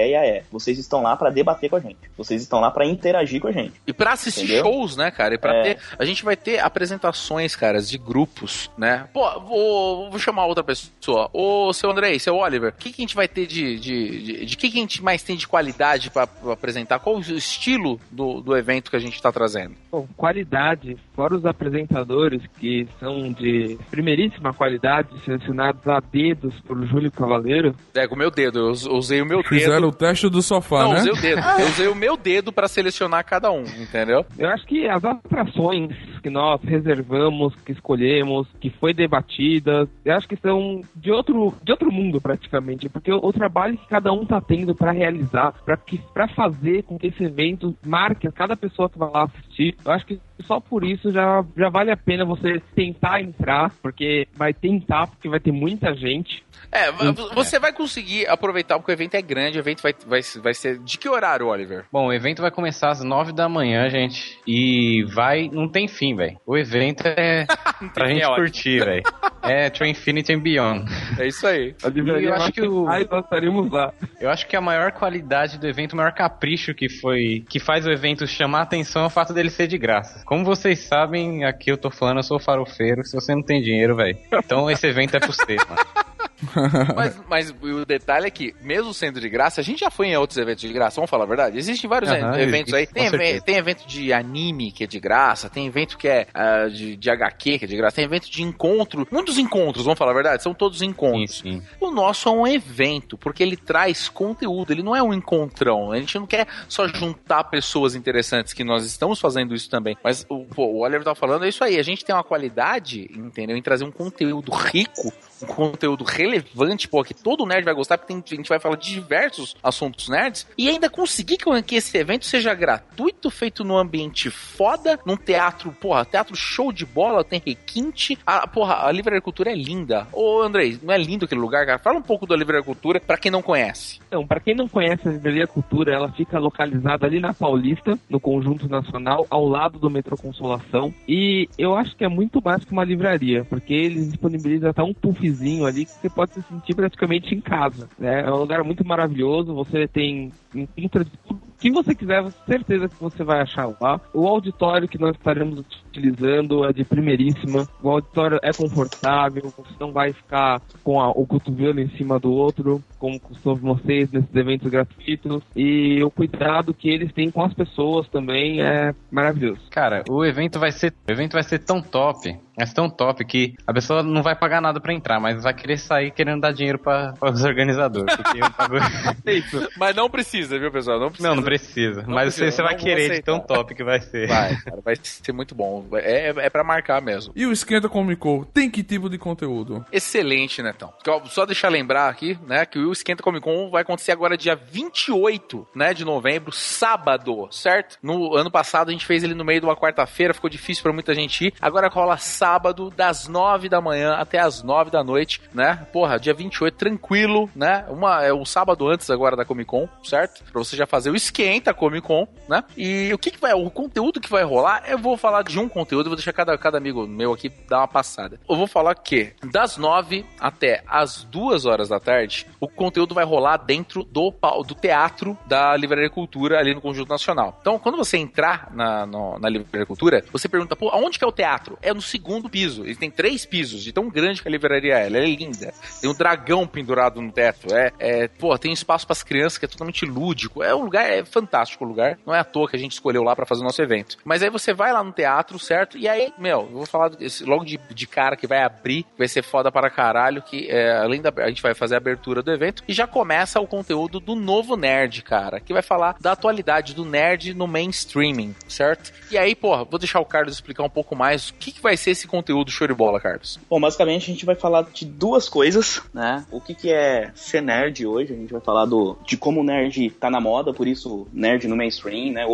ideia é, vocês estão lá pra debater com a gente. Vocês estão lá pra interagir com a gente. E pra assistir Entendeu? shows, né, cara? E pra É. ter... A gente vai ter apresentações, caras, de grupos, né? Pô, vou, vou chamar outra pessoa. Ô, seu Andrei, seu Oliver, o que, que a gente vai ter de... De, de, de que, que a gente mais tem de qualidade pra, pra apresentar? Qual o estilo do, do evento que a gente tá trazendo? Bom, qualidade, fora os apresentadores que são de primeiríssima qualidade, selecionados a dedos por Júlio Cavaleiro. É, com o meu dedo. Eu us- usei o meu Fizeram dedo. o teste do sofá, Não, né? usei o dedo. Eu usei o meu dedo pra selecionar cada um, entendeu? Eu acho que as atrações que nós reservamos, que escolhemos, que foi debatida, eu acho que são de outro, de outro mundo praticamente, porque o, o trabalho que cada um tá tendo pra realizar, pra, que, pra fazer com que esse evento marque a cada pessoa que vai lá assistir, eu acho que só por isso já, já vale a pena você tentar entrar, porque vai tentar, porque vai ter muita gente. É, v- você vai conseguir aproveitar, porque o evento é grande, o evento vai, vai, vai ser... De que horário, Oliver? Bom, o evento vai começar às nove da manhã, gente. E vai... Não tem fim, velho. O evento é pra fim, gente é ótimo. curtir, velho. É To Infinity and Beyond. É isso aí. A livraria E eu acho que o- mais nós estaremos lá. Eu acho que a maior qualidade do evento, o maior capricho que foi... Que faz o evento chamar a atenção é o fato dele ser de graça. Como vocês sabem, aqui eu tô falando, eu sou farofeiro. Se você não tem dinheiro, velho. Então esse evento é pra você, mano. Mas, mas o detalhe é que, mesmo sendo de graça, a gente já foi em outros eventos de graça, vamos falar a verdade? Existem vários Aham, eventos existe, aí. com Tem, eve- certeza. tem evento de anime que é de graça, tem evento que é ah, de, de agá quê que é de graça, tem evento de encontro. Muitos encontros, vamos falar a verdade? São todos encontros. Sim, sim. O nosso é um evento, porque ele traz conteúdo, ele não é um encontrão. A gente não quer só juntar pessoas interessantes, que nós estamos fazendo isso também. Mas o, pô, o Oliver tá falando, é isso aí. A gente tem uma qualidade, entendeu? Em trazer um conteúdo rico, um conteúdo relevante, pô, que todo nerd vai gostar, porque tem- a gente vai falar de diversos assuntos nerds, e ainda conseguir que, que esse evento seja gratuito, feito num ambiente foda, num teatro, porra, teatro show de bola, tem requinte. A, porra, a Livraria Cultura é linda. Ô, Andrei, não é lindo aquele lugar, cara? Fala um pouco da Livraria Cultura pra quem não conhece. Então, para quem não conhece a Livraria Cultura, ela fica localizada ali na Paulista, no Conjunto Nacional, ao lado do Metrô Consolação. E eu acho que é muito mais que uma livraria, porque eles disponibilizam até um puffzinho ali que você pode se sentir praticamente em casa, né? É um lugar muito maravilhoso, você tem encontra de tudo que você quiser, certeza que você vai achar lá. O auditório que nós estaremos utilizando é de primeiríssima. O auditório é confortável, você não vai ficar com a, o cotovelo em cima do outro, como costumam vocês nesses eventos gratuitos. E o cuidado que eles têm com as pessoas também é maravilhoso. Cara, o evento vai ser, o evento vai ser tão top, é tão top que a pessoa não vai pagar nada pra entrar, mas vai querer sair querendo dar dinheiro pra, para os organizadores. Porque o bagulho... Mas não precisa, viu, pessoal? Não precisa. Não, não precisa. Não mas precisa, você, você vai não vou querer de aceitar. tão top que vai ser. Vai, cara, vai ser muito bom. É, é pra marcar mesmo. E o Esquenta Comic Con tem que tipo de conteúdo? Excelente, Netão. Só deixar lembrar aqui, né, que o Esquenta Comic Con vai acontecer agora dia vinte e oito, né, de novembro, sábado, certo? No ano passado a gente fez ele no meio de uma quarta-feira, ficou difícil pra muita gente ir. Agora rola sábado, das nove da manhã até as nove da noite, né? Porra, dia vinte e oito, tranquilo, né? Uma, é um sábado antes agora da Comic Con, certo? Pra você já fazer o Esquenta Comic Con, né? E o que que vai, o conteúdo que vai rolar, eu vou falar de um conteúdo, eu vou deixar cada, cada amigo meu aqui dar uma passada. Eu vou falar que das nove até as duas horas da tarde, o conteúdo vai rolar dentro do, pau- do teatro da Livraria Cultura ali no Conjunto Nacional. Então, quando você entrar na, no- na Livraria Cultura, você pergunta, pô, aonde que é o teatro? É no segundo piso. Ele tem três pisos, de tão grande que a livraria é. Ela é linda. Tem um dragão pendurado no teto. É, é, pô, tem espaço pras crianças que é totalmente lúdico. É um lugar, é fantástico o lugar. Não é à toa que a gente escolheu lá pra fazer o nosso evento. Mas aí você vai lá no teatro, certo? E aí, meu, eu vou falar desse- logo de, de cara que vai abrir, vai ser foda para caralho, que é, além da... A gente vai fazer a abertura do evento e já começa o conteúdo do Novo Nerd, cara, que vai falar da atualidade do nerd no mainstreaming, certo? E aí, porra, vou deixar o Carlos explicar um pouco mais o que, que vai ser esse conteúdo show de bola, Carlos. Bom, basicamente a gente vai falar de duas coisas, né? O que, que é ser nerd hoje, a gente vai falar do, de como o nerd tá na moda, por isso nerd no mainstream, né? Hoje todo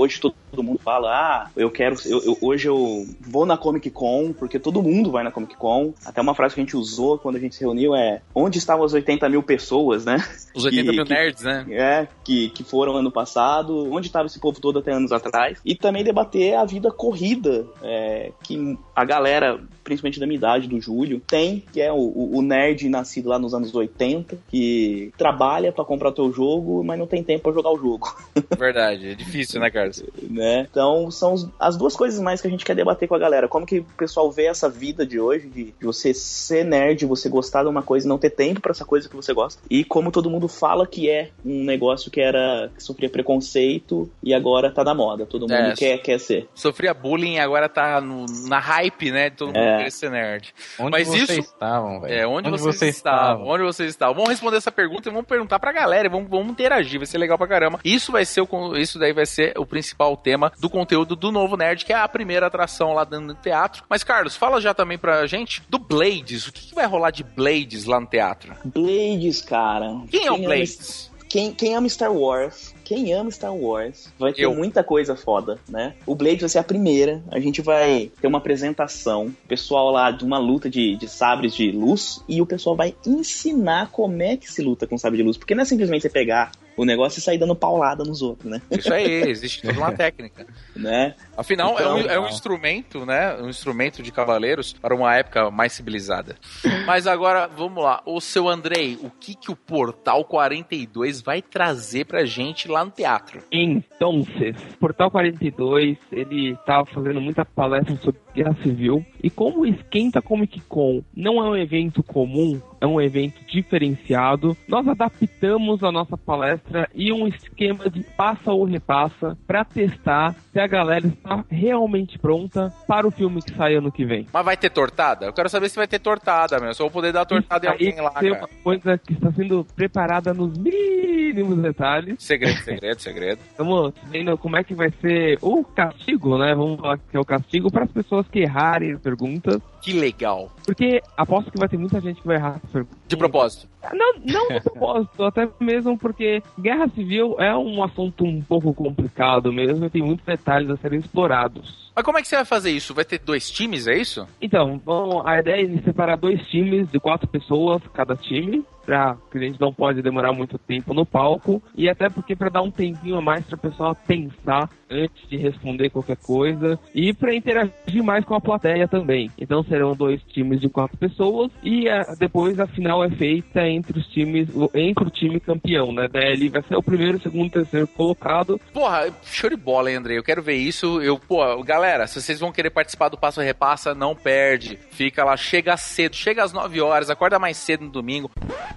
todo mundo fala, ah, eu quero, eu, eu, hoje eu vou na Comic Con, porque todo mundo vai na Comic Con. Até uma frase que a gente usou quando a gente se reuniu é, onde estavam as oitenta mil pessoas, né? Os oitenta mil que, nerds, né? É, que, que foram ano passado, onde estava esse povo todo até anos atrás. E também debater a vida corrida, é, que a galera, principalmente da minha idade, do Júlio, tem, que é o, o nerd nascido lá nos anos oitenta, que trabalha pra comprar o teu jogo, mas não tem tempo pra jogar o jogo. Verdade, é difícil, né, Carlos? Né? Então, são os, as duas coisas mais que a gente quer debater com a galera. Como que o pessoal vê essa vida de hoje, de, de você ser nerd, você gostar de uma coisa e não ter tempo pra essa coisa que você gosta. E como todo mundo fala que é um negócio que era que sofria preconceito e agora tá na moda. Todo mundo é, quer, quer ser. Sofria bullying e agora tá no, na hype, né? De todo mundo é. querer ser nerd. Onde Mas vocês isso, estavam, velho? É, onde, onde vocês, vocês estavam? estavam? Onde vocês estavam? Vamos responder essa pergunta e vamos perguntar pra galera. E vamos, vamos interagir, vai ser legal pra caramba. Isso vai ser o, isso daí vai ser o principal tema do conteúdo do Novo Nerd, que é a primeira atração lá dentro do teatro. Mas, Carlos, fala já também pra gente do Blades. O que, que vai rolar de Blades lá no teatro? Blades, cara. Quem, quem é o Blades? Ama, quem, quem ama Star Wars... Quem ama Star Wars vai ter Eu. muita coisa foda, né? O Blade vai ser a primeira. A gente vai ter uma apresentação. O pessoal lá de uma luta de, de sabres de luz. E o pessoal vai ensinar como é que se luta com sabre de luz. Porque não é simplesmente você pegar o negócio e sair dando paulada nos outros, né? Isso aí, existe toda uma técnica. Né? Afinal, então, é, um, é um instrumento, né? Um instrumento de cavaleiros para uma época mais civilizada. Mas agora, vamos lá. Ô, seu Andrei, o que que o Portal quarenta e dois vai trazer pra gente lá no teatro? Então, Portal quarenta e dois, ele estava fazendo muita palestra sobre Guerra Civil. E como o Esquenta Comic Con não é um evento comum, é um evento diferenciado, nós adaptamos a nossa palestra e um esquema de passa ou repassa para testar se a galera está realmente pronta para o filme que sai ano que vem. Mas vai ter tortada? Eu quero saber se vai ter tortada, meu. Só vou poder dar tortada em alguém lá, cara. É uma coisa que está sendo preparada nos mínimos detalhes. Segredo, segredo, segredo. Estamos vendo como é que vai ser o castigo, né? Vamos falar que é o castigo para as pessoas que errarem as perguntas. Que legal. Porque aposto que vai ter muita gente que vai errar as perguntas. De propósito. Não, não de propósito, até mesmo porque Guerra Civil é um assunto um pouco complicado mesmo e tem muitos detalhes a serem explorados. Mas como é que você vai fazer isso? Vai ter dois times, é isso? Então, bom, a ideia é separar dois times de quatro pessoas cada time, pra que a gente não pode demorar muito tempo no palco, e até porque para dar um tempinho a mais pra pessoa pensar antes de responder qualquer coisa, e para interagir mais com a plateia também. Então serão dois times de quatro pessoas, e a, depois a final é feita entre os times, entre o time campeão, né? Daí ali vai ser o primeiro, segundo, terceiro colocado. Porra, show de bola, hein, André? Eu quero ver isso. Eu, pô, galera, se vocês vão querer participar do Passo Repassa, não perde. Fica lá, chega cedo, chega às nove horas, acorda mais cedo no domingo.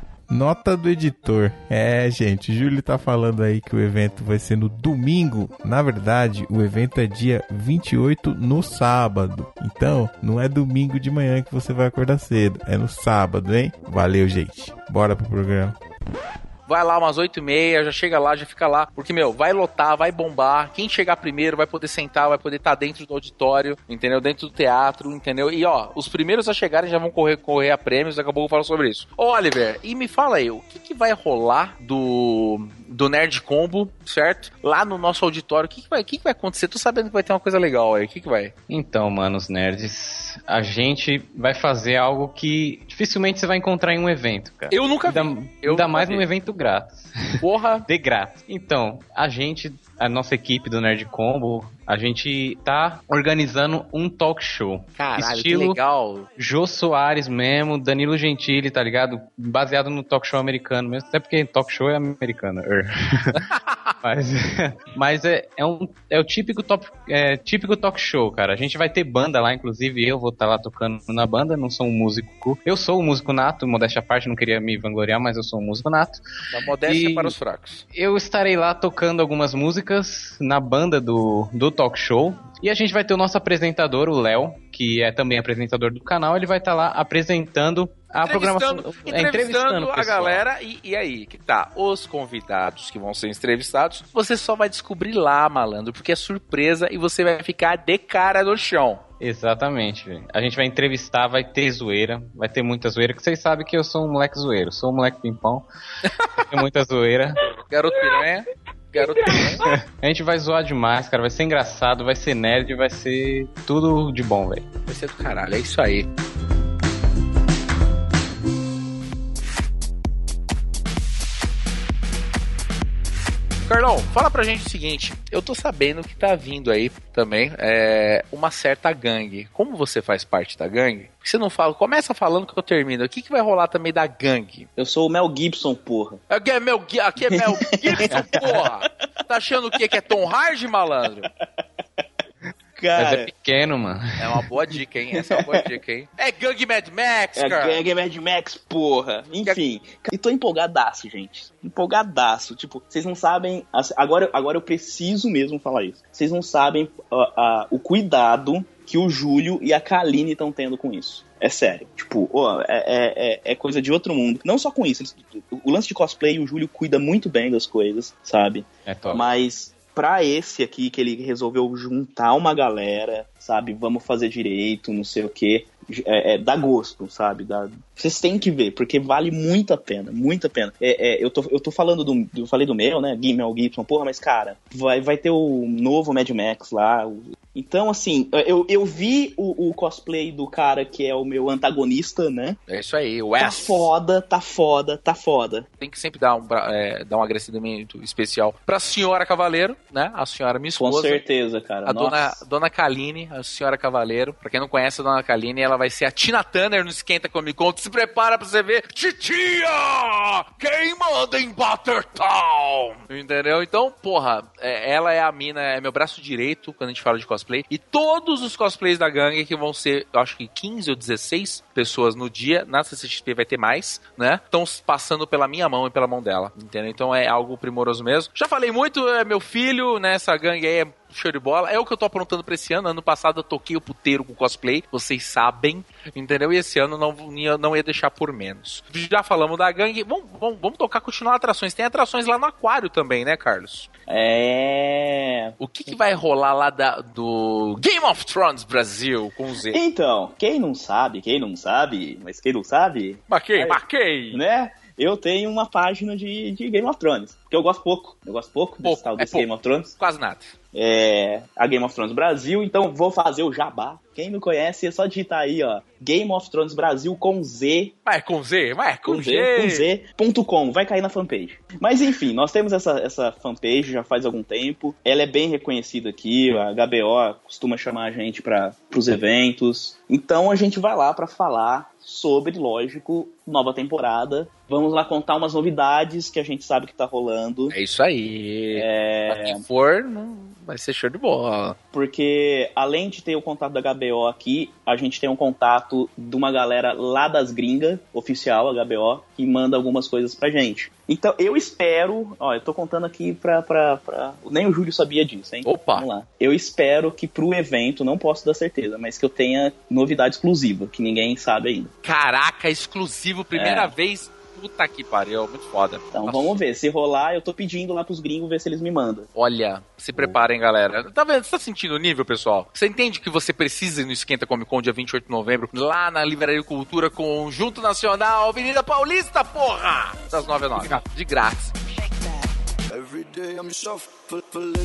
Nota do editor. É, gente, o Júlio tá falando aí que o evento vai ser no domingo. Na verdade, o evento é dia vinte e oito no sábado. Então, não é domingo de manhã que você vai acordar cedo. É no sábado, hein? Valeu, gente. Bora pro programa. Vai lá umas oito e meia, já chega lá, já fica lá. Porque, meu, vai lotar, vai bombar. Quem chegar primeiro vai poder sentar, vai poder estar dentro do auditório, entendeu? Dentro do teatro, entendeu? E, ó, os primeiros a chegarem já vão correr, correr a prêmios. Daqui a pouco eu falo sobre isso. Ô, Oliver, e me fala aí, o que, que vai rolar do, do Nerd Combo, certo? Lá no nosso auditório, o que, que, vai, o que, que vai acontecer? Tô sabendo que vai ter uma coisa legal aí. O que, que vai? Então, manos nerds, a gente vai fazer algo que dificilmente você vai encontrar em um evento, cara. Eu nunca vi. Ainda, eu ainda nunca mais vi. num evento grátis. Porra. De grátis. Então, a gente, a nossa equipe do Nerd Combo, a gente tá organizando um talk show. Caralho, estilo que legal. Jô Soares mesmo, Danilo Gentili, tá ligado? Baseado no talk show americano mesmo. Até porque talk show é americano. mas mas é, é, um, é o típico, top, é, típico talk show, cara. A gente vai ter banda lá, inclusive eu vou estar tá lá tocando na banda. Não sou um músico. Eu sou um músico nato, modéstia à parte, não queria me vangloriar, mas eu sou um músico nato. Da modéstia e para os fracos. Eu estarei lá tocando algumas músicas na banda do, do talk show. E a gente vai ter o nosso apresentador, o Léo, que é também apresentador do canal. Ele vai estar lá apresentando a programação. Entrevistando, é, entrevistando a galera. E, e aí, que tá? Os convidados que vão ser entrevistados, você só vai descobrir lá, malandro, porque é surpresa e você vai ficar de cara no chão. Exatamente, véio. A gente vai entrevistar, vai ter zoeira, vai ter muita zoeira, que vocês sabem que eu sou um moleque zoeiro, sou um moleque pimpão, tem muita zoeira. Garoto piranha. Garoto. A gente vai zoar demais, cara. Vai ser engraçado, vai ser nerd, vai ser tudo de bom, velho. Vai ser do caralho, é isso aí. Carlão, fala pra gente o seguinte, eu tô sabendo que tá vindo aí também é, uma certa gangue. Como você faz parte da gangue, você não fala, começa falando que eu termino. O que, que vai rolar também da gangue? Eu sou o Mel Gibson, porra. Aqui é Mel, aqui é Mel Gibson, porra. Tá achando o quê? Que é Tom Hardy, malandro? Cara, mas é pequeno, mano. É uma boa dica, hein? Essa é uma boa dica, hein? É Gangue Mad Max, é cara. É Gangue Mad Max, porra. Enfim. E tô empolgadaço, gente. Empolgadaço. Tipo, vocês não sabem... Agora, agora eu preciso mesmo falar isso. Vocês não sabem uh, uh, o cuidado que o Júlio e a Kaline estão tendo com isso. É sério. Tipo, oh, é, é, é coisa de outro mundo. Não só com isso. O lance de cosplay, o Júlio cuida muito bem das coisas, sabe? É top. Mas... Pra esse aqui, que ele resolveu juntar uma galera, sabe? Vamos fazer direito, não sei o quê. É, é, dá gosto, sabe? Dá... Vocês têm que ver, porque vale muito a pena, muito a pena. É, é, eu, tô, eu tô falando do... Eu falei do meu, né? Mel Gibson, porra, mas, cara, vai, vai ter o novo Mad Max lá. O... Então, assim, eu, eu vi o, o cosplay do cara que é o meu antagonista, né? É isso aí, o Tá S. foda, tá foda, tá foda. Tem que sempre dar um, é, dar um agradecimento especial pra senhora Cavaleiro, né? A senhora minha esposa. Com certeza, cara. A dona, dona Kaline, a senhora Cavaleiro. Pra quem não conhece a dona Kaline, ela vai ser a Tina Turner no Esquenta Comic Con. Se prepara pra você ver. Titia! Quem manda em Buttertown? Entendeu? Então, porra, é, ela é a mina, é meu braço direito quando a gente fala de cosplay. E todos os cosplays da gangue, que vão ser, eu acho que quinze ou dezesseis pessoas no dia, na C C X P vai ter mais, né? Estão passando pela minha mão e pela mão dela, entendeu? Então é algo primoroso mesmo. Já falei muito, é meu filho, né? Essa gangue aí é show de bola. É o que eu tô aprontando pra esse ano. Ano passado eu toquei o puteiro com cosplay, vocês sabem, entendeu? E esse ano não, não ia deixar por menos. Já falamos da gangue, vamos, vamos, vamos tocar, continuar atrações. Tem atrações lá no aquário também, né, Carlos? É... O que, que vai rolar lá da, do Game of Thrones Brasil com Z? Então, quem não sabe, quem não sabe, mas quem não sabe... Marquei, aí, marquei! Né? Eu tenho uma página de, de Game of Thrones, porque eu gosto pouco. Eu gosto pouco, pouco desse tal desse é Game of Thrones. Quase nada. É a Game of Thrones Brasil, então vou fazer o jabá. Quem não conhece é só digitar aí, ó, Game of Thrones Brasil com Z. Vai com Z, vai com, com Z. Z. Com Z ponto com, vai cair na fanpage. Mas enfim, nós temos essa, essa fanpage já faz algum tempo. Ela é bem reconhecida aqui, a H B O costuma chamar a gente para os eventos. Então a gente vai lá para falar sobre, lógico, nova temporada. Vamos lá contar umas novidades que a gente sabe que tá rolando. É isso aí. É... Pra quem for, não vai ser show de bola. Porque, além de ter o contato da H B O aqui, a gente tem um contato de uma galera lá das gringas, oficial, H B O, que manda algumas coisas pra gente. Então, eu espero... Ó, eu tô contando aqui pra... pra, pra... Nem o Júlio sabia disso, hein? Opa! Vamos lá. Eu espero que pro evento, não posso dar certeza, mas que eu tenha novidade exclusiva, que ninguém sabe ainda. Caraca, exclusivo, primeira É. vez... Puta que pariu, muito foda. Então Nossa. vamos ver, se rolar, eu tô pedindo lá pros gringos ver se eles me mandam. Olha, se preparem, galera. Tá vendo? Você tá sentindo o nível, pessoal? Você entende que você precisa ir no Esquenta Comic Con dia vinte e oito de novembro, lá na Livraria Cultura Conjunto Nacional, Avenida Paulista, porra! Das nove às nove. De grátis. Every day I'm shuffling.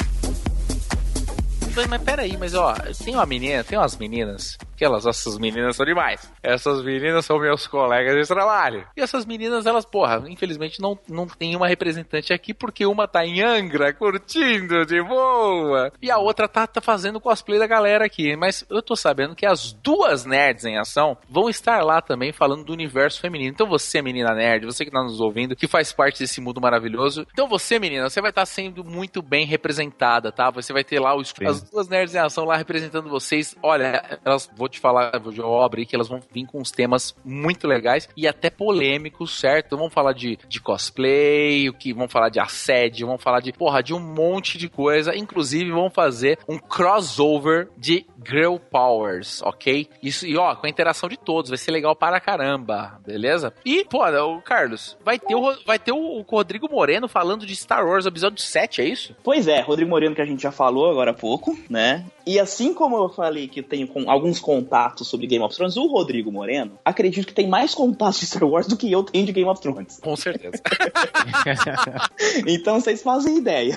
Mas peraí, mas ó, tem uma menina, tem umas meninas, que elas, essas meninas são demais. Essas meninas são meus colegas de trabalho. E essas meninas, elas, porra, infelizmente não, não tem uma representante aqui, porque uma tá em Angra, curtindo de boa, e a outra tá, tá fazendo cosplay da galera aqui. Mas eu tô sabendo que as duas nerds em ação vão estar lá também falando do universo feminino. Então você, menina nerd, você que tá nos ouvindo, que faz parte desse mundo maravilhoso, então você, menina, você vai estar sendo muito bem representada, tá? Você vai ter lá os, as duas nerds em ação lá representando vocês. Olha, elas, vou te falar, vou eu abrir que elas vão vir com uns temas muito legais e até polêmicos, certo? Vamos falar de, de cosplay, o que vão falar de assédio, vão falar de, porra, de um monte de coisa. Inclusive, vão fazer um crossover de Girl Powers, ok? Isso, e ó, com a interação de todos, vai ser legal para caramba, beleza? E, pô, o Carlos, vai ter o, vai ter o, o Rodrigo Moreno falando de Star Wars episódio sete, é isso? Pois é, Rodrigo Moreno, que a gente já falou agora há pouco, né? E assim como eu falei que eu tenho com alguns contatos contatos sobre Game of Thrones, o Rodrigo Moreno, acredito que tem mais contatos de Star Wars do que eu tenho de Game of Thrones. Com certeza. Então vocês fazem ideia.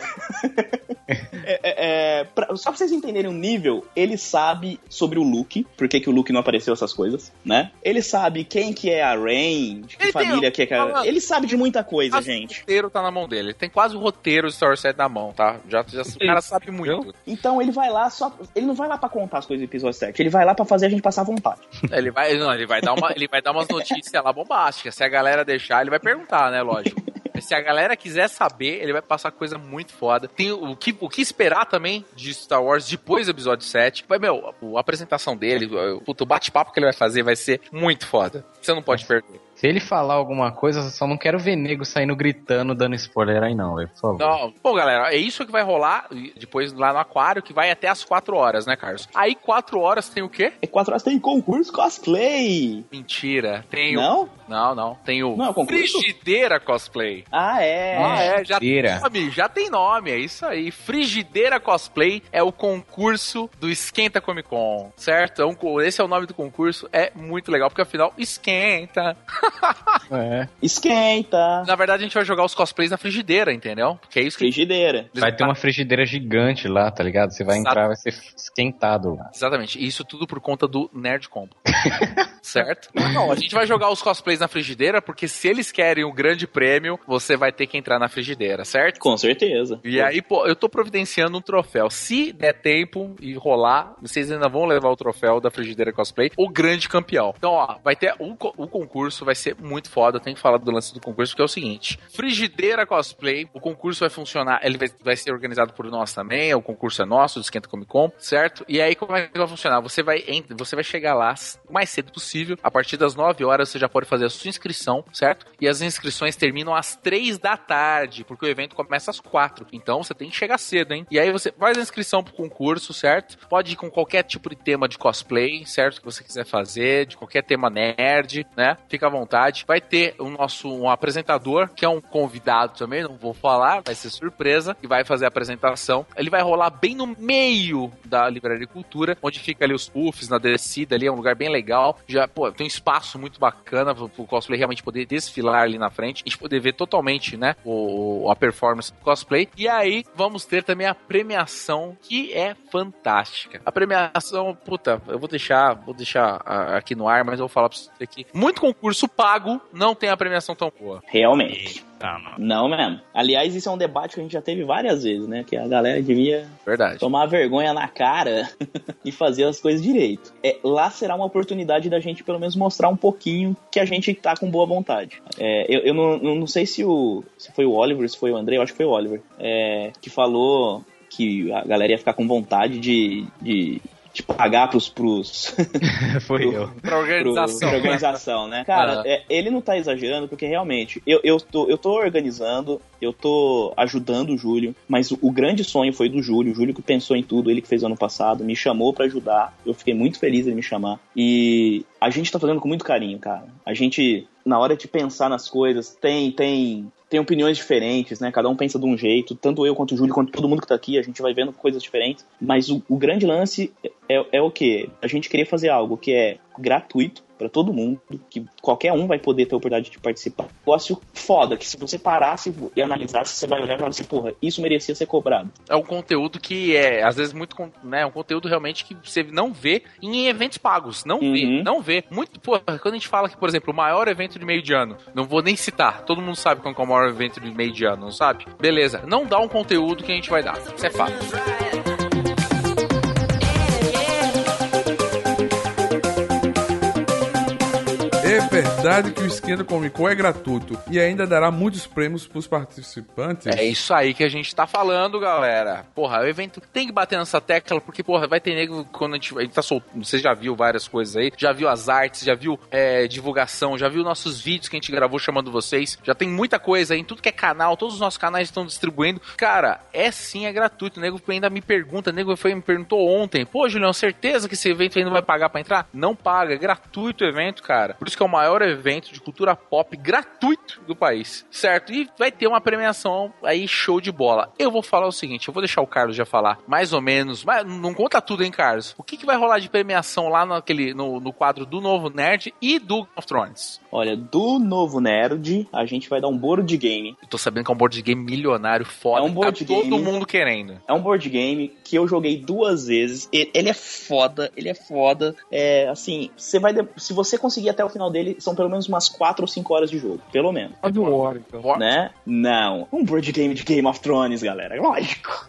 É, é, é, pra, só pra vocês entenderem o nível, ele sabe sobre o Luke, por que que o Luke não apareceu, essas coisas, né? Ele sabe quem que é a Rey, de que ele família tem, que é a... Ele sabe de muita coisa, quase gente. O roteiro tá na mão dele. Ele tem quase o roteiro de Star Wars sete na mão, tá? Já, já, o cara sabe muito. Então ele vai lá só... Ele não vai lá pra contar as coisas do episódio sete, ele vai lá pra fazer a gente passar vontade. Ele vai, não, ele vai dar uma, ele vai dar umas notícias lá bombásticas. Se a galera deixar, ele vai perguntar, né? Lógico. Se a galera quiser saber, ele vai passar coisa muito foda. Tem o que, o que esperar também de Star Wars depois do episódio sete. Vai, meu, a, a apresentação dele, o, o bate-papo que ele vai fazer vai ser muito foda. Você não pode perder. Se ele falar alguma coisa, eu só não quero ver nego saindo gritando, dando spoiler aí não, véio, por favor. Não, bom, galera, é isso que vai rolar depois lá no aquário, que vai até as quatro horas, né, Carlos? Aí quatro horas tem o quê? É quatro horas tem concurso cosplay. Mentira. Tem não? o... Não, não. Tem o não, Frigideira Cosplay. Ah, é? Ah, é. Já tem nome, já tem nome, é isso aí. Frigideira Cosplay é o concurso do Esquenta Comic Con, certo? É um, esse é o nome do concurso, é muito legal, porque afinal, esquenta. É. Esquenta. Na verdade, a gente vai jogar os cosplays na frigideira, entendeu? Porque é isso que... Frigideira. Vai ter uma frigideira gigante lá, tá ligado? Você vai Exato. entrar, vai ser esquentado lá. Exatamente. Isso tudo por conta do Nerd Combo. Certo? Não, a gente vai jogar os cosplays na frigideira, porque se eles querem o grande prêmio, você vai ter que entrar na frigideira, certo? Com certeza. E aí, pô, eu tô providenciando um troféu. Se der tempo e rolar, vocês ainda vão levar o troféu da frigideira cosplay, o grande campeão. Então, ó, vai ter o, o concurso, vai ser muito foda. Eu tenho que falar do lance do concurso, porque é o seguinte: frigideira cosplay, o concurso vai funcionar, ele vai, vai ser organizado por nós também, o concurso é nosso, do Esquenta Comic Con, certo? E aí, como é que vai funcionar? Você vai, você vai chegar lá o mais cedo possível, a partir das nove horas você já pode fazer a sua inscrição, certo? E as inscrições terminam às três da tarde, porque o evento começa às quatro. Então você tem que chegar cedo, hein? E aí você faz a inscrição pro concurso, certo? Pode ir com qualquer tipo de tema de cosplay, certo? Que você quiser fazer, de qualquer tema nerd, né? Fica à vontade. Vai ter o nosso um apresentador, que é um convidado também, não vou falar, vai ser surpresa, que vai fazer a apresentação. Ele vai rolar bem no meio da Livraria Cultura, onde fica ali os puffs na descida ali, é um lugar bem legal. Já, pô, tem um espaço muito bacana pro, pro cosplay realmente poder desfilar ali na frente, a gente poder ver totalmente, né, o, a performance do cosplay. E aí vamos ter também a premiação, que é fantástica. A premiação, puta, eu vou deixar, vou deixar aqui no ar, mas eu vou falar pra você aqui. Muito concurso pago não tem a premiação tão boa. Realmente. Eita, não. Não mesmo. Aliás, isso é um debate que a gente já teve várias vezes, né? Que a galera devia Verdade. tomar vergonha na cara e fazer as coisas direito. É, lá será uma oportunidade da gente pelo menos mostrar um pouquinho que a gente tá com boa vontade. É, eu eu não, não sei se, o, se foi o Oliver, se foi o André, eu acho que foi o Oliver, é, que falou que a galera ia ficar com vontade de... de de pagar pros... pros Foi pro, eu. Pra organização. Pro, pra organização, né? Cara, Uhum. é, ele não tá exagerando, porque realmente, eu, eu, tô, eu tô organizando, eu tô ajudando o Júlio, mas o, o grande sonho foi do Júlio, o Júlio que pensou em tudo, ele que fez ano passado, me chamou pra ajudar, eu fiquei muito feliz ele me chamar, e a gente tá fazendo com muito carinho, cara. A gente, na hora de pensar nas coisas, tem... tem tem opiniões diferentes, né? Cada um pensa de um jeito. Tanto eu quanto o Júlio, quanto todo mundo que tá aqui, a gente vai vendo coisas diferentes. Mas o, o grande lance é, é o quê? A gente queria fazer algo que é gratuito pra todo mundo, que qualquer um vai poder ter a oportunidade de participar. Um negócio foda, que se você parasse e analisasse, você vai olhar e falar assim, porra, isso merecia ser cobrado. É um conteúdo que é, às vezes, muito, né, um conteúdo realmente que você não vê em eventos pagos. Não Uhum. vê, não vê. Muito, pô, quando a gente fala que, por exemplo, o maior evento de meio de ano, não vou nem citar, todo mundo sabe qual é o maior evento de meio de ano, não sabe? Beleza, não dá um conteúdo que a gente vai dar. Isso é fato. É verdade que o Esquenta Comic Con é gratuito e ainda dará muitos prêmios pros participantes? É isso aí que a gente tá falando, galera. Porra, o evento tem que bater nessa tecla, porque, porra, vai ter nego quando a gente, a gente tá soltando. Você já viu várias coisas aí, já viu as artes, já viu é, divulgação, já viu nossos vídeos que a gente gravou chamando vocês. Já tem muita coisa aí em tudo que é canal, todos os nossos canais estão distribuindo. Cara, é sim, é gratuito. O nego ainda me pergunta, o nego foi, me perguntou ontem, pô, Julião, certeza que esse evento ainda vai pagar pra entrar? Não paga, é gratuito o evento, cara. Por isso que é o maior evento de cultura pop gratuito do país, certo? E vai ter uma premiação aí show de bola. Eu vou falar o seguinte, eu vou deixar o Carlos já falar mais ou menos, mas não conta tudo, hein, Carlos? O que, que vai rolar de premiação lá naquele, no, no quadro do Novo Nerd e do Game of Thrones? Olha, do Novo Nerd, a gente vai dar um board game. Eu tô sabendo que é um board game milionário foda. É um board tá game. todo mundo querendo. É um board game que eu joguei duas vezes. Ele é foda, ele é foda. É, assim, você vai de... se você conseguir até o final dele, são pelo menos umas quatro ou cinco horas de jogo. Pelo menos. Quase uma hora, então. Né? Não. Um board game de Game of Thrones, galera. Lógico.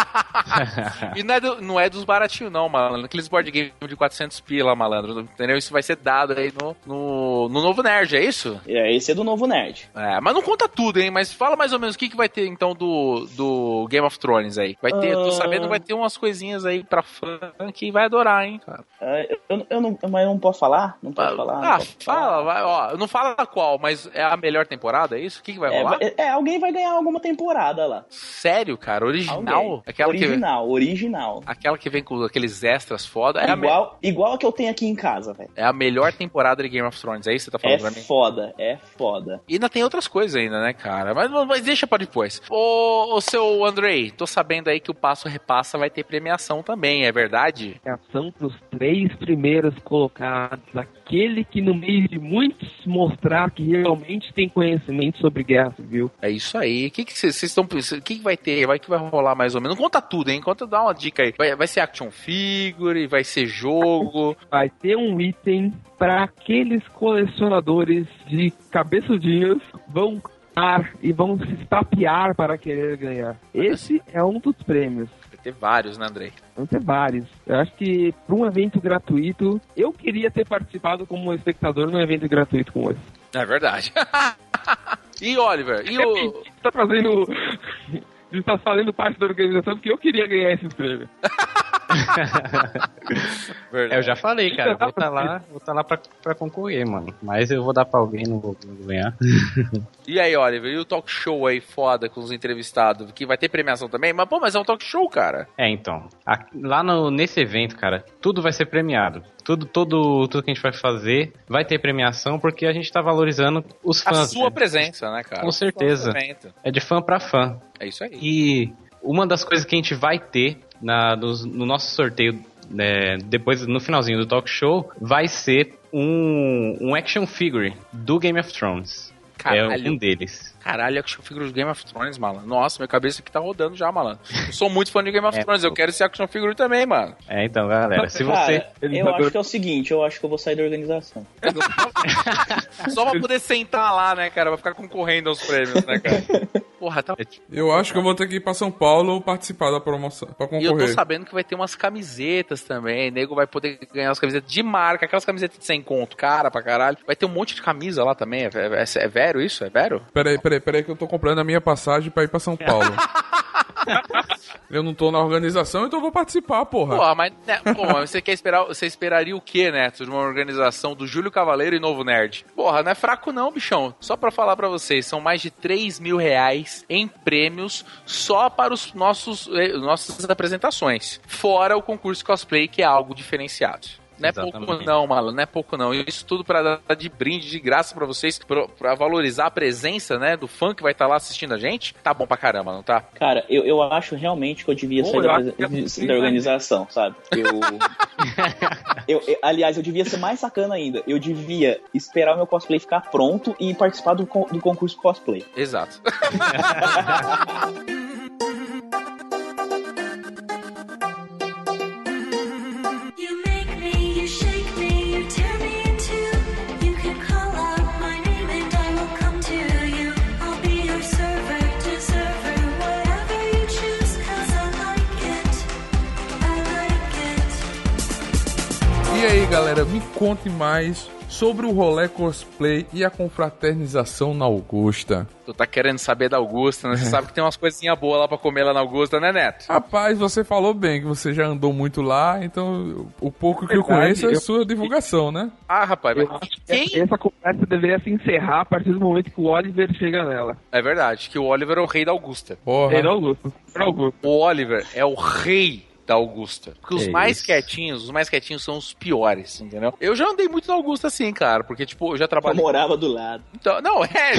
E não é, do, não é dos baratinhos, não, malandro. Aqueles board game de quatrocentos pila, malandro. Entendeu? Isso vai ser dado aí no, no, no Novo Nerd, é isso? É, esse é do Novo Nerd. É, mas não conta tudo, hein? Mas fala mais ou menos o que, que vai ter, então, do, do Game of Thrones aí. Vai ter, uh... tô sabendo que vai ter umas coisinhas aí pra fã que vai adorar, hein, cara. Uh, eu, eu não, mas eu não posso falar? Não posso ah, falar? Ah, posso fala, falar. Vai, ó. Não fala qual, mas é a melhor temporada, é isso? O que, que vai é, rolar? É, é, alguém vai ganhar alguma temporada lá. Sério, cara? Original? Aquela original, que... original. Aquela que vem com aqueles extras foda. É igual, me... igual a que eu tenho aqui em casa, velho. É a melhor temporada de Game of Thrones, é isso que você tá falando é pra mim? É foda, é foda. E ainda tem outras coisas ainda, né, cara? Mas, mas deixa pra depois. Ô, ô, seu Andrei, tô sabendo aí que o Passo Repassa vai ter premiação também, é verdade? Premiação pros três primeiros colocados. Aquele que no meio de muitos mostrar que realmente tem conhecimento sobre guerra civil. É isso aí. O que vocês estão pensando? O que, que vai ter? Vai que vai rolar mais ou menos? Não conta tudo, hein? Conta, dá uma dica aí. Vai, vai ser action figure, vai ser jogo. Vai ter um item para aqueles colecionadores de cabeçudinhos vão e vão se estapear para querer ganhar. Esse é um dos prêmios. Vai ter vários, né, Andrei? Vão ter vários. Eu acho que para um evento gratuito, eu queria ter participado como espectador num evento gratuito como esse. É verdade. E Oliver? E o... Você tá fazendo... Você tá fazendo parte da organização porque eu queria ganhar esses prêmios. É, eu já falei, cara. Eu vou estar tá lá, vou tá lá pra, pra concorrer, mano. Mas eu vou dar pra alguém, não vou, não vou ganhar. E aí, Oliver? E o talk show aí foda com os entrevistados? Que vai ter premiação também? Mas, pô, mas é um talk show, cara. É, então. A, lá no, nesse evento, cara, tudo vai ser premiado. Tudo, tudo, tudo que a gente vai fazer vai ter premiação porque a gente tá valorizando os fãs. A sua né? presença, né, cara? Com certeza. É de fã pra fã. É isso aí. E uma das coisas que a gente vai ter na, no, no nosso sorteio, né, depois, no finalzinho do talk show, vai ser um, um action figure do Game of Thrones. Caralho. É um deles. Caralho, action figure do Game of Thrones, malandro. Nossa, minha cabeça aqui tá rodando já, malandro. Eu sou muito fã de Game of é, Thrones, eu quero esse action figure também, mano. É, então, galera, se Cara, você... eu acho que é o seguinte, eu acho que eu vou sair da organização. Só pra poder sentar lá, né, cara? Vai ficar concorrendo aos prêmios, né, cara? Porra, tá... Eu acho que eu vou ter que ir pra São Paulo participar da promoção, pra concorrer. E eu tô sabendo que vai ter umas camisetas também, nego vai poder ganhar umas camisetas de marca, aquelas camisetas de cem conto, cara, pra caralho. Vai ter um monte de camisa lá também, é, é, é, é vero isso? É vero? Peraí, peraí, peraí que eu tô comprando a minha passagem pra ir pra São Paulo. Eu não tô na organização, então eu vou participar, porra. Porra, mas, né, porra, você quer esperar, você esperaria o quê, Neto, de uma organização do Júlio Cavaleiro e Novo Nerd? Porra, não é fraco não, bichão. Só pra falar pra vocês, são mais de três mil reais em prêmios só para os nossos, eh, nossas apresentações. Fora o concurso cosplay, que é algo diferenciado. Não é Exatamente. pouco não, Malo, não é pouco não. Isso tudo pra dar de brinde, de graça pra vocês, pra, pra valorizar a presença, né, do fã que vai estar tá lá assistindo a gente. Tá bom pra caramba, não tá? Cara, eu, eu acho realmente que eu devia Pô, sair eu da, da, da organização, sabe? Eu, eu, eu, aliás, eu devia ser mais sacana ainda. Eu devia esperar o meu cosplay ficar pronto e participar do, do concurso cosplay. Exato. E aí, galera, me conte mais sobre o rolê cosplay e a confraternização na Augusta. Tu tá querendo saber da Augusta, né? Você sabe que tem umas coisinhas boas lá pra comer lá na Augusta, né, Neto? Rapaz, você falou bem que você já andou muito lá, então o pouco que Verdade, eu conheço é eu... sua divulgação, né? Ah, rapaz, mas eu acho quem... que essa conversa deveria se encerrar a partir do momento que o Oliver chega nela. É verdade, que o Oliver é o rei da Augusta. Porra. Rei da Augusta. Augusta. O Oliver é o rei da Augusta. Porque os É mais isso. quietinhos, os mais quietinhos são os piores, entendeu? Eu já andei muito na Augusta assim, cara, porque, tipo, eu já Eu trabalhei... morava do lado. Então, não,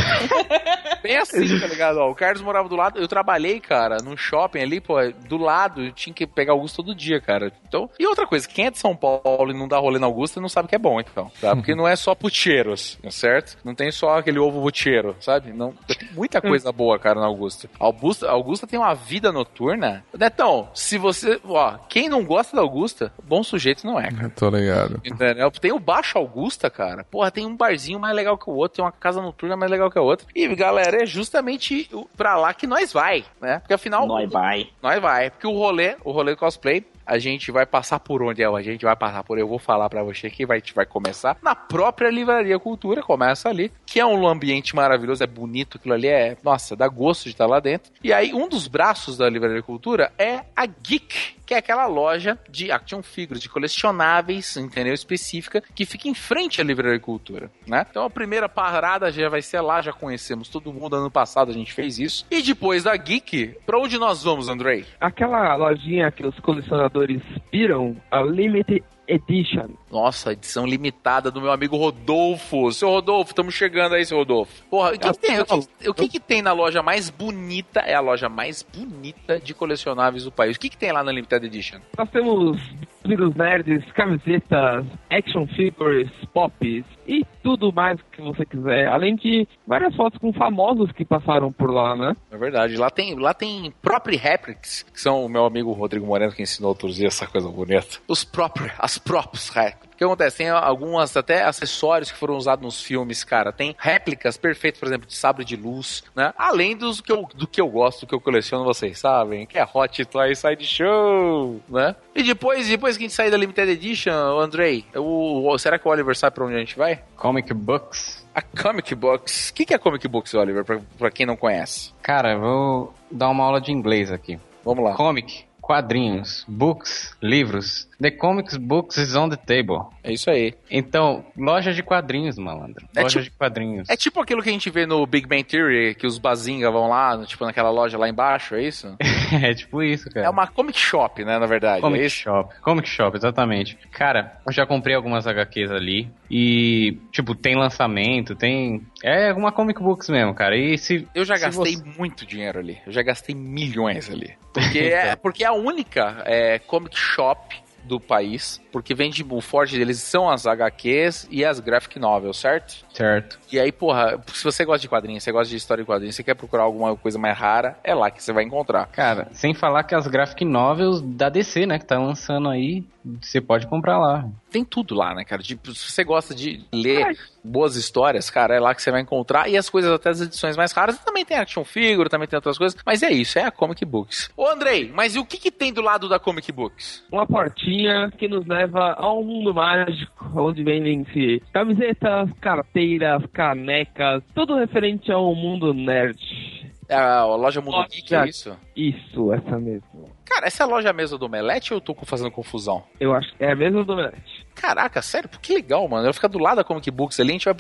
é. Bem assim, tá ligado? Ó, o Carlos morava do lado. Eu trabalhei, cara, num shopping ali, pô, do lado. Eu tinha que pegar Augusta todo dia, cara. Então, e outra coisa, quem é de São Paulo e não dá rolê na Augusta não sabe que é bom, então. Tá? Porque não é só pucheiros, certo? Não tem só aquele ovo pucheiro, sabe? Não, tem muita coisa boa, cara, na Augusta. Augusta, Augusta tem uma vida noturna. Netão, se você. Ó, quem não gosta da Augusta, bom sujeito não é, cara. Tô ligado. Entendeu? Tem o Baixo Augusta, cara. Porra, tem um barzinho mais legal que o outro, tem uma casa noturna mais legal que a outra. E, galera, é justamente pra lá que nós vai, né? Porque afinal... Nós vai. Nós vai. Porque o rolê, o rolê do cosplay, a gente vai passar por onde é? A gente vai passar por... Eu vou falar pra você que vai, vai começar na própria Livraria Cultura, começa ali, que é um ambiente maravilhoso, é bonito, aquilo ali é... Nossa, dá gosto de estar lá dentro. E aí, um dos braços da Livraria Cultura é a Geek, que é aquela loja de action figures, de colecionáveis, entendeu? Específica, que fica em frente à Livraria Cultura, né? Então a primeira parada já vai ser lá, já conhecemos todo mundo, ano passado a gente fez isso. E depois da Geek, pra onde nós vamos, Andrei? Aquela lojinha que os colecionadores piram, a Limited Edition. Nossa, edição limitada do meu amigo Rodolfo. Seu Rodolfo, estamos chegando aí, seu Rodolfo. Porra, o que, que tem, o que, o que que tem na loja mais bonita? É a loja mais bonita de colecionáveis do país. O que que tem lá na Limited Edition? Nós temos livros nerds, camisetas, action figures, pops e tudo mais que você quiser. Além de várias fotos com famosos que passaram por lá, né? É verdade. Lá tem, lá tem próprios réplics, que são o meu amigo Rodrigo Moreno que ensinou outros dias essa coisa bonita. Os próprios, as próprios réplics. O que acontece? Tem algumas até acessórios que foram usados nos filmes, cara. Tem réplicas perfeitas, por exemplo, de sabre de luz, né? Além dos que eu, do que eu gosto, do que eu coleciono, vocês sabem, que é Hot Toy Side Show, né? E depois, depois que a gente sair da Limited Edition, o Andrei, o, o, será que o Oliver sabe pra onde a gente vai? Comic Books. A Comic Books. O que, que é Comic Books, Oliver, pra, pra quem não conhece? Cara, eu vou dar uma aula de inglês aqui. Vamos lá. Comic, quadrinhos, books, livros. The Comics Books is on the table. É isso aí. Então, loja de quadrinhos, malandro. É loja tipo, de quadrinhos. É tipo aquilo que a gente vê no Big Bang Theory, que os Bazinga vão lá, tipo naquela loja lá embaixo, é isso? É tipo isso, cara. É uma comic shop, né, na verdade. Comic é isso? shop. Comic shop, exatamente. Cara, eu já comprei algumas H Qs ali e, tipo, tem lançamento, tem... É uma comic books mesmo, cara. E se... Eu já se gastei você... muito dinheiro ali. Eu já gastei milhões ali. Porque é, porque é a única é, comic shop do país, porque vende o forte deles são as H Qs e as graphic novels, certo? Certo. E aí, porra, se você gosta de quadrinhos, você gosta de história de quadrinhos, você quer procurar alguma coisa mais rara, é lá que você vai encontrar. Cara, sem falar que as graphic novels da D C, né, que tá lançando aí, você pode comprar lá. Tem tudo lá, né, cara? Tipo, se você gosta de ler boas histórias, cara, é lá que você vai encontrar. E as coisas, até as edições mais raras, também tem action figure, também tem outras coisas. Mas é isso, é a Comic Books. Ô, Andrei, mas e o que que tem do lado da Comic Books? Uma portinha que nos leva ao mundo mágico, onde vendem-se camisetas, carteiras, canecas, tudo referente ao mundo nerd. É a loja Mundo Loja- Geek, é isso? Isso, essa mesmo. Cara, essa é a loja mesmo do Omelete ou eu tô fazendo confusão? Eu acho que é a mesma do Omelete. Caraca, sério? Pô, que legal, mano. Ela fica do lado da Comic Books ali, a gente vai